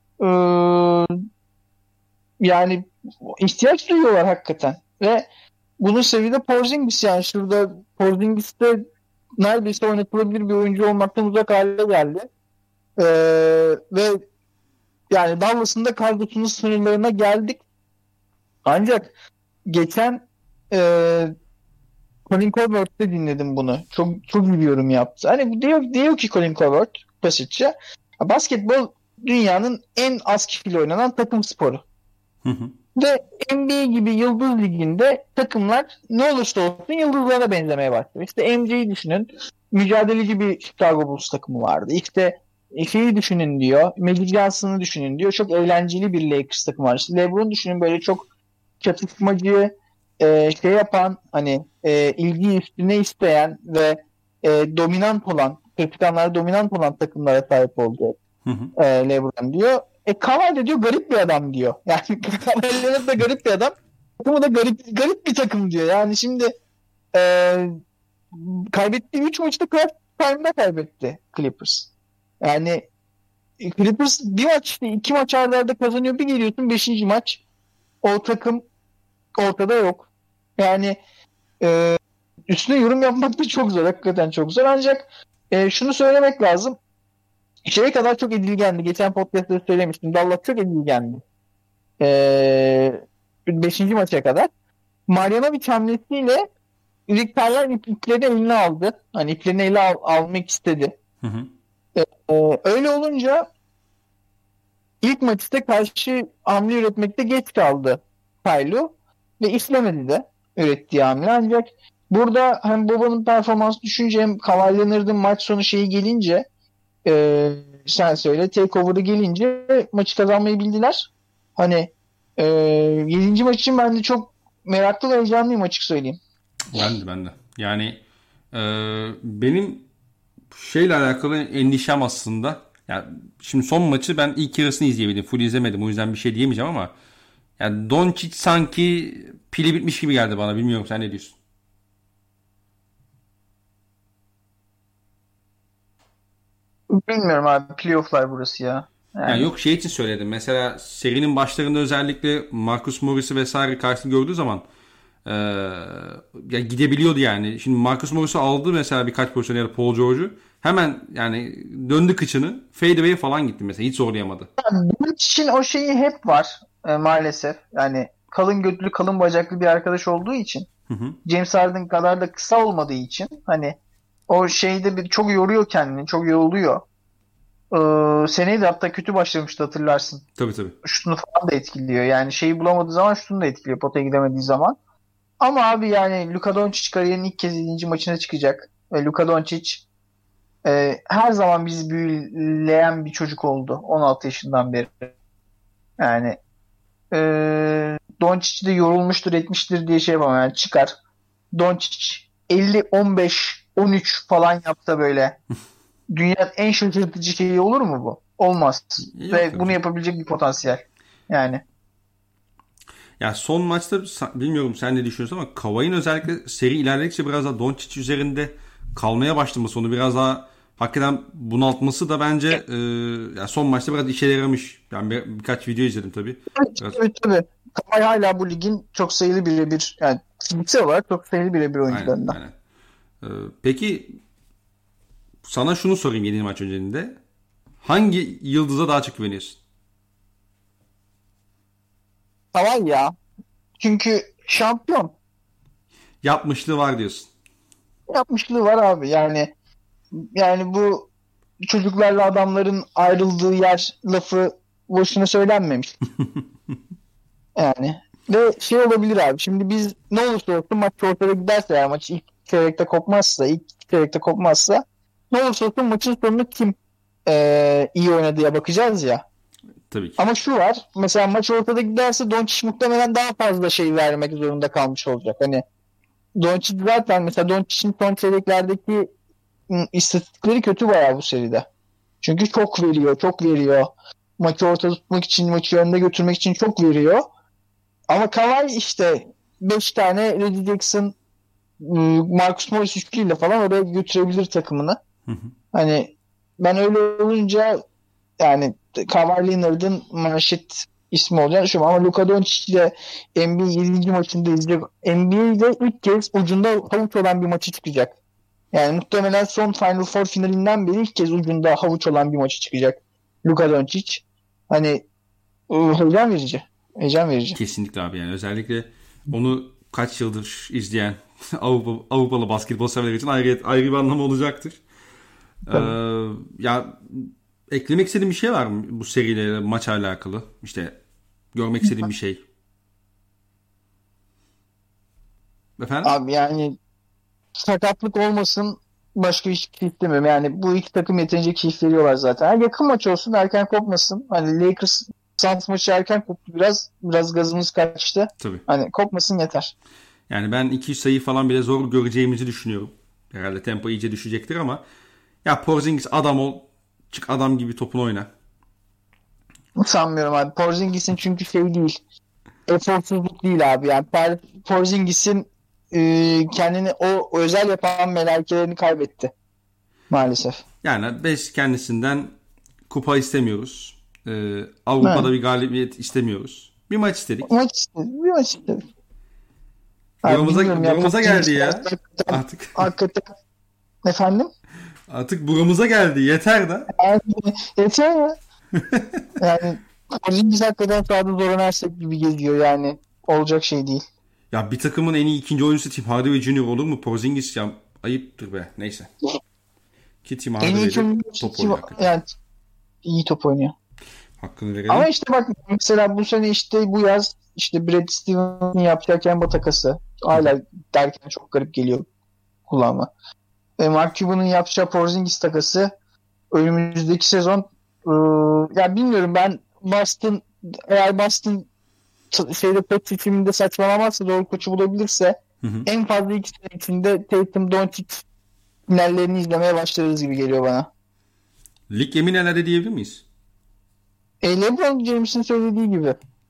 yani ihtiyaç duyuyorlar hakikaten. Ve bunun seviyede Porzingis yani şurada Porzingis'te neredeyse oynatılabilir bir oyuncu olmaktan uzak hale geldi. Ve yani Dallas'ın da kadrosunun sınırlarına geldik. Ancak geçen Colin Colbert'te dinledim bunu. Çok iyi bir yorum yaptı. Hani diyor ki Colin Colbert basitçe basketbol dünyanın en az kişiyle oynanan takım sporu. Ve NBA gibi yıldız liginde takımlar ne olursa olsun yıldızlara benzemeye başlıyor. İşte MJ'yi düşünün. Mücadeleci bir Chicago Bulls takımı vardı. İşte şeyi düşünün diyor. Magic Johnson'ı düşünün diyor. Çok eğlenceli bir Lakers takımı var. İşte LeBron düşünün, böyle çok çatışmacı, şey yapan, hani ilgi üstüne isteyen ve dominant olan, kritik dominant olan takımlara sahip olacak LeBron diyor. Kawhi de diyor garip bir adam diyor. Yani Kawhi de garip bir adam. Takımı da garip bir takım diyor. Yani şimdi kaybettiği 3 maçta clutch time'da kaybetti Clippers. Yani Clippers bir maç, 2 maç arda arda kazanıyor. Bir geliyorsun 5. maç o takım ortada yok. Yani üstüne yorum yapmak da çok zor. Hakikaten çok zor. Ancak şunu söylemek lazım. Şeye kadar çok edilgendi. Geçen podcast'ta söylemiştim. Dallas çok edilgendi. 5. maça kadar. Marjanovic hamlesiyle Rick Carlisle iplerini eline aldı. Hani iplerini ele almak istedi. Öyle olunca ilk maçta karşı hamle üretmekte geç kaldı Kylo ve işlemedi de ürettiği hamle. Ancak burada hem Boba'nın performansı düşünce hem Kawhi Leonard'ın maç sonu şeyi gelince sen söyle takeover'ı gelince maçı kazanmayı bildiler. Hani 7. maç için ben de çok meraklı ve heyecanlıyım, açık söyleyeyim. Ben de. Yani benim şeyle alakalı endişem aslında. Yani şimdi son maçı ben ilk yarısını izleyemedim. Full izlemedim. O yüzden bir şey diyemeyeceğim ama yani Doncic sanki pili bitmiş gibi geldi bana. Bilmiyorum, sen ne diyorsun? Bilmiyorum abi. Playoff'lar burası ya. Yani yok, şey için söyledim. Mesela serinin başlarında özellikle Marcus Morris'i vesaire karşısında gördüğü zaman ya gidebiliyordu yani. Şimdi Marcus Morris'i aldı mesela birkaç pozisyon ya da Paul George'u. Hemen yani döndü kıçını. Fadeaway falan gitti mesela. Hiç zorlayamadı. Bunun için o şeyi hep var maalesef. Yani kalın götlü, kalın bacaklı bir arkadaş olduğu için, Hı hı. James Harden kadar da kısa olmadığı için hani o şeyde bir çok yoruyor kendini, çok yoruluyor. Seneyi de hatta kötü başlamıştı, hatırlarsın. Tabii tabii. Şutunu falan da etkiliyor. Yani şeyi bulamadığı zaman şutunu da etkiliyor, potaya gidemediği zaman. Ama abi yani Luka Doncic kariyerinin ilk kez 7. maçına çıkacak. Luka Doncic her zaman bizi büyüleyen bir çocuk oldu 16 yaşından beri. Yani Doncic de yorulmuştur, etmiştir diye şey yapamam. Yani çıkar. Doncic 50, 15, 13 falan yapsa böyle dünyanın en şaşırtıcı şeyi olur mu bu? Olmaz. Yok Ve tabii bunu canım. yapabilecek bir potansiyel. Yani. Ya son maçta bilmiyorum sen ne düşünüyorsun ama Kawhi'nin özellikle seri ilerledikçe biraz daha Doncic üzerinde kalmaya başlaması, onu biraz daha hakikaten bunaltması da bence ya son maçta biraz işe yaramış. Yani birkaç video izledim tabii. Biraz, Tabii. Kawhi hala bu ligin çok sayılı birebir, yani fiziksel olarak çok sayılı birebir aynen oyuncularından. aynen. Peki sana şunu sorayım yeni maç öncesinde. Hangi yıldıza daha çok güveniyorsun? Kawhi ya. Çünkü şampiyon. Yapmışlığı var diyorsun. Yapmışlığı var abi. Yani bu çocuklarla adamların ayrıldığı yer lafı boşuna söylenmemiş. Yani ve şey olabilir abi. Şimdi biz ne olursa olsun maç ortada giderse, eğer maç ilk çeyrekte kopmazsa, ilk iki çeyrekte kopmazsa, ne olursa olsun maçın sonunu kim iyi oynadıya bakacağız ya. Tabii ki. Ama şu var. Mesela maç ortada giderse Doncic muhtemelen daha fazla şey vermek zorunda kalmış olacak. Hani Doncic zaten, mesela Doncic'in son çeyreklerdeki istatistikleri kötü bayağı bu seride. Çünkü çok veriyor, çok veriyor. Maçı ortada tutmak için, maçı önde götürmek için çok veriyor. Ama Kawhi işte 5 tane Reggie Jackson, Marcus Morris üçlüyle falan oraya götürebilir takımını. Hı hı. Hani ben öyle olunca yani Kawhi Leonard'ın manşet ismi olacağını düşünüyorum. Ama Luka Doncic ile NBA 7. maçında izleyecek. NBA'de ilk kez ucunda havuç olan bir maçı çıkacak. Yani muhtemelen son Final Four finalinden beri ilk kez ucunda havuç olan bir maçı çıkacak Luka Doncic. Hani heyecan verici. Heyecan verici. Kesinlikle abi, yani özellikle onu kaç yıldır izleyen Avrupalı basketbol severler için ayrı bir anlamı olacaktır. Tabii. Ya eklemek istediğin bir şey var mı bu seriyle, maçla alakalı? İşte görmek istediğin bir şey. Efendim? Abi yani sakatlık olmasın, başka hiçbir şey istemiyorum. Yani bu iki takım yeterince keyif veriyorlar zaten. Yani yakın maç olsun, erken kopmasın. Hani Lakers Suns maçı erken koptu biraz. Biraz gazımız kaçtı. Tabii. Hani kopmasın yeter. Yani ben 200 sayı falan bile zor göreceğimizi düşünüyorum. Herhalde tempo iyice düşecektir ama ya Porzingis adam ol, çık adam gibi topunu oyna. Sanmıyorum abi. Porzingis'in çünkü şey değil. Eforsuzluk değil abi. Yani Porzingis'in kendini o özel yapan melekelerini kaybetti. Maalesef. Yani biz kendisinden kupa istemiyoruz. Evet. Avrupa'da bir galibiyet istemiyoruz. Bir maç istedik. Maç istedi. Bir maç istedi. Abi bilmiyorum ya. Buramıza geldi Porzingis ya. hakikaten, Artık hakikaten efendim? artık buramıza geldi. Yeter de. Yani, yeter ya. Yani Porzingis hakikaten sahada Zoran Ersek gibi geziyor yani. Olacak şey değil. Ya bir takımın en iyi ikinci oyuncusu Tim Hardaway Jr. olur mu? Porzingis ya ayıptır be. Neyse. Ki Tim En iyi Hardaway de oyuncusu top kim? oynuyor hakikaten. Yani iyi top oynuyor. Hakkını Ama verelim. işte bak, mesela bu sene işte bu yaz işte Brad Stevens'ın yapacağı Kemba takası hala derken çok garip geliyor kulağıma. Mark Cuban'ın yapacağı Porzingis takası önümüzdeki sezon, ya bilmiyorum, ben Boston, eğer Boston şeyde koç seçiminde saçmalamazsa, doğru koçu bulabilirse Hı hı. en fazla 2 sene içinde Tatum Doncic finallerini izlemeye başlarız gibi geliyor bana. Lig yemin herhalde diyebilir miyiz? LeBron James'in söylediği gibi.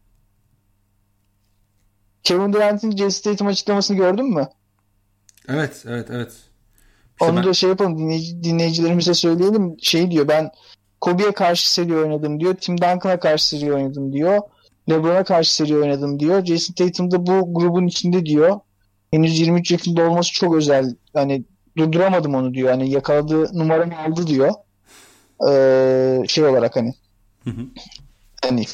Kevin Durant'in Jason Tatum açıklamasını gördün mü? Evet, evet, evet. İşte Onu ben da şey yapalım, dinleyicilerimize söyleyelim. Şey diyor, ben Kobe'ye karşı seri oynadım diyor. Tim Duncan'a karşı seri oynadım diyor. LeBron'a karşı seri oynadım diyor. Jason Tatum da bu grubun içinde diyor. Henüz 23 yaşında olması çok özel. Hani durduramadım onu diyor. Hani yakaladığı numaramı aldı diyor. Şey olarak hani Hı hı. hani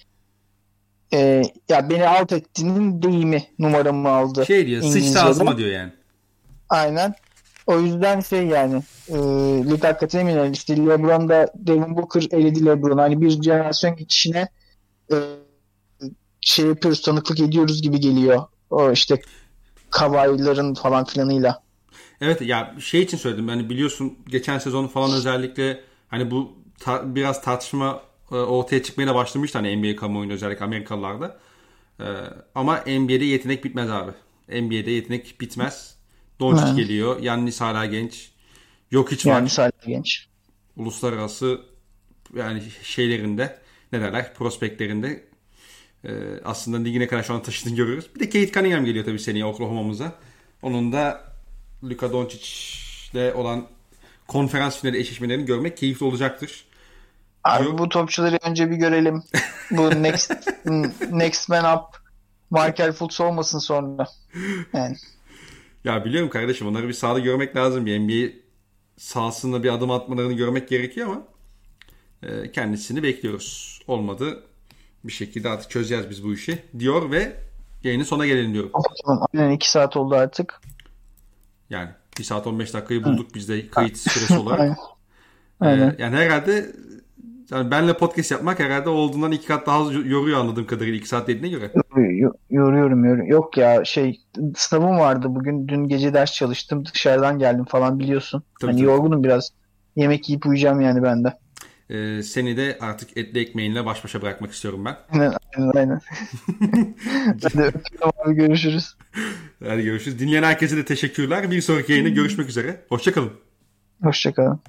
ya beni alt ettiğinin deyimi, numaramı aldı Şey diyor, sıçtı İngilizce'de. ağzıma diyor yani. Aynen. O yüzden yani lig hakikaten emin. İşte LeBron'da Devin Booker eledi LeBron. Hani bir jenerasyon geçişine e, şey yapıyoruz, tanıklık ediyoruz gibi geliyor. O işte Kawhi'ların falan filanıyla. Evet ya şey için söyledim. Hani biliyorsun geçen sezon falan özellikle hani bu biraz tartışma ortaya çıkmaya da başlamıştı hani NBA kamuoyunda özellikle Amerikalılarda. Ama NBA'de yetenek bitmez abi. NBA'de yetenek bitmez. Doncic Yani, geliyor. Yannis hala genç. Jokic yani var. sadece genç. Uluslararası yani şeylerinde ne derler prospektlerinde aslında ligine kadar şu an taşıdığını görüyoruz. Bir de Cade Cunningham geliyor tabii seneye Oklahoma'mıza. Onun da Luka Doncic'le olan konferans finali eşleşmelerini görmek keyifli olacaktır. Abi Diyor. bu topçuları önce bir görelim. Bu next man up Markel Fultz olmasın sonra. Yani Ya biliyorum kardeşim onları bir sahada görmek lazım. Bir NBA sahasında bir adım atmalarını görmek gerekiyor ama kendisini bekliyoruz. Olmadı bir şekilde artık çözeceğiz biz bu işi diyor ve yayının sonuna gelelim diyorum. aynen 2 saat oldu artık. Yani 1 saat 15 dakikayı bulduk biz de kayıt süresi olarak. Aynen. Aynen. Yani herhalde yani benle podcast yapmak herhalde olduğundan 2 kat daha yoruyor anladığım kadarıyla 2 saat dediğine göre. Yoruyorum. Yok ya sınavım vardı bugün. Dün gece ders çalıştım. Dışarıdan geldim falan biliyorsun. Tabii, Hani tabii. yorgunum biraz. Yemek yiyip uyuyacağım yani ben de. Seni de artık etli ekmeğinle baş başa bırakmak istiyorum ben. Aynen. Hadi öpüyorum abi, görüşürüz. Hadi görüşürüz. Dinleyen herkese de teşekkürler. Bir sonraki yayında görüşmek üzere. Hoşçakalın. Hoşça kalın.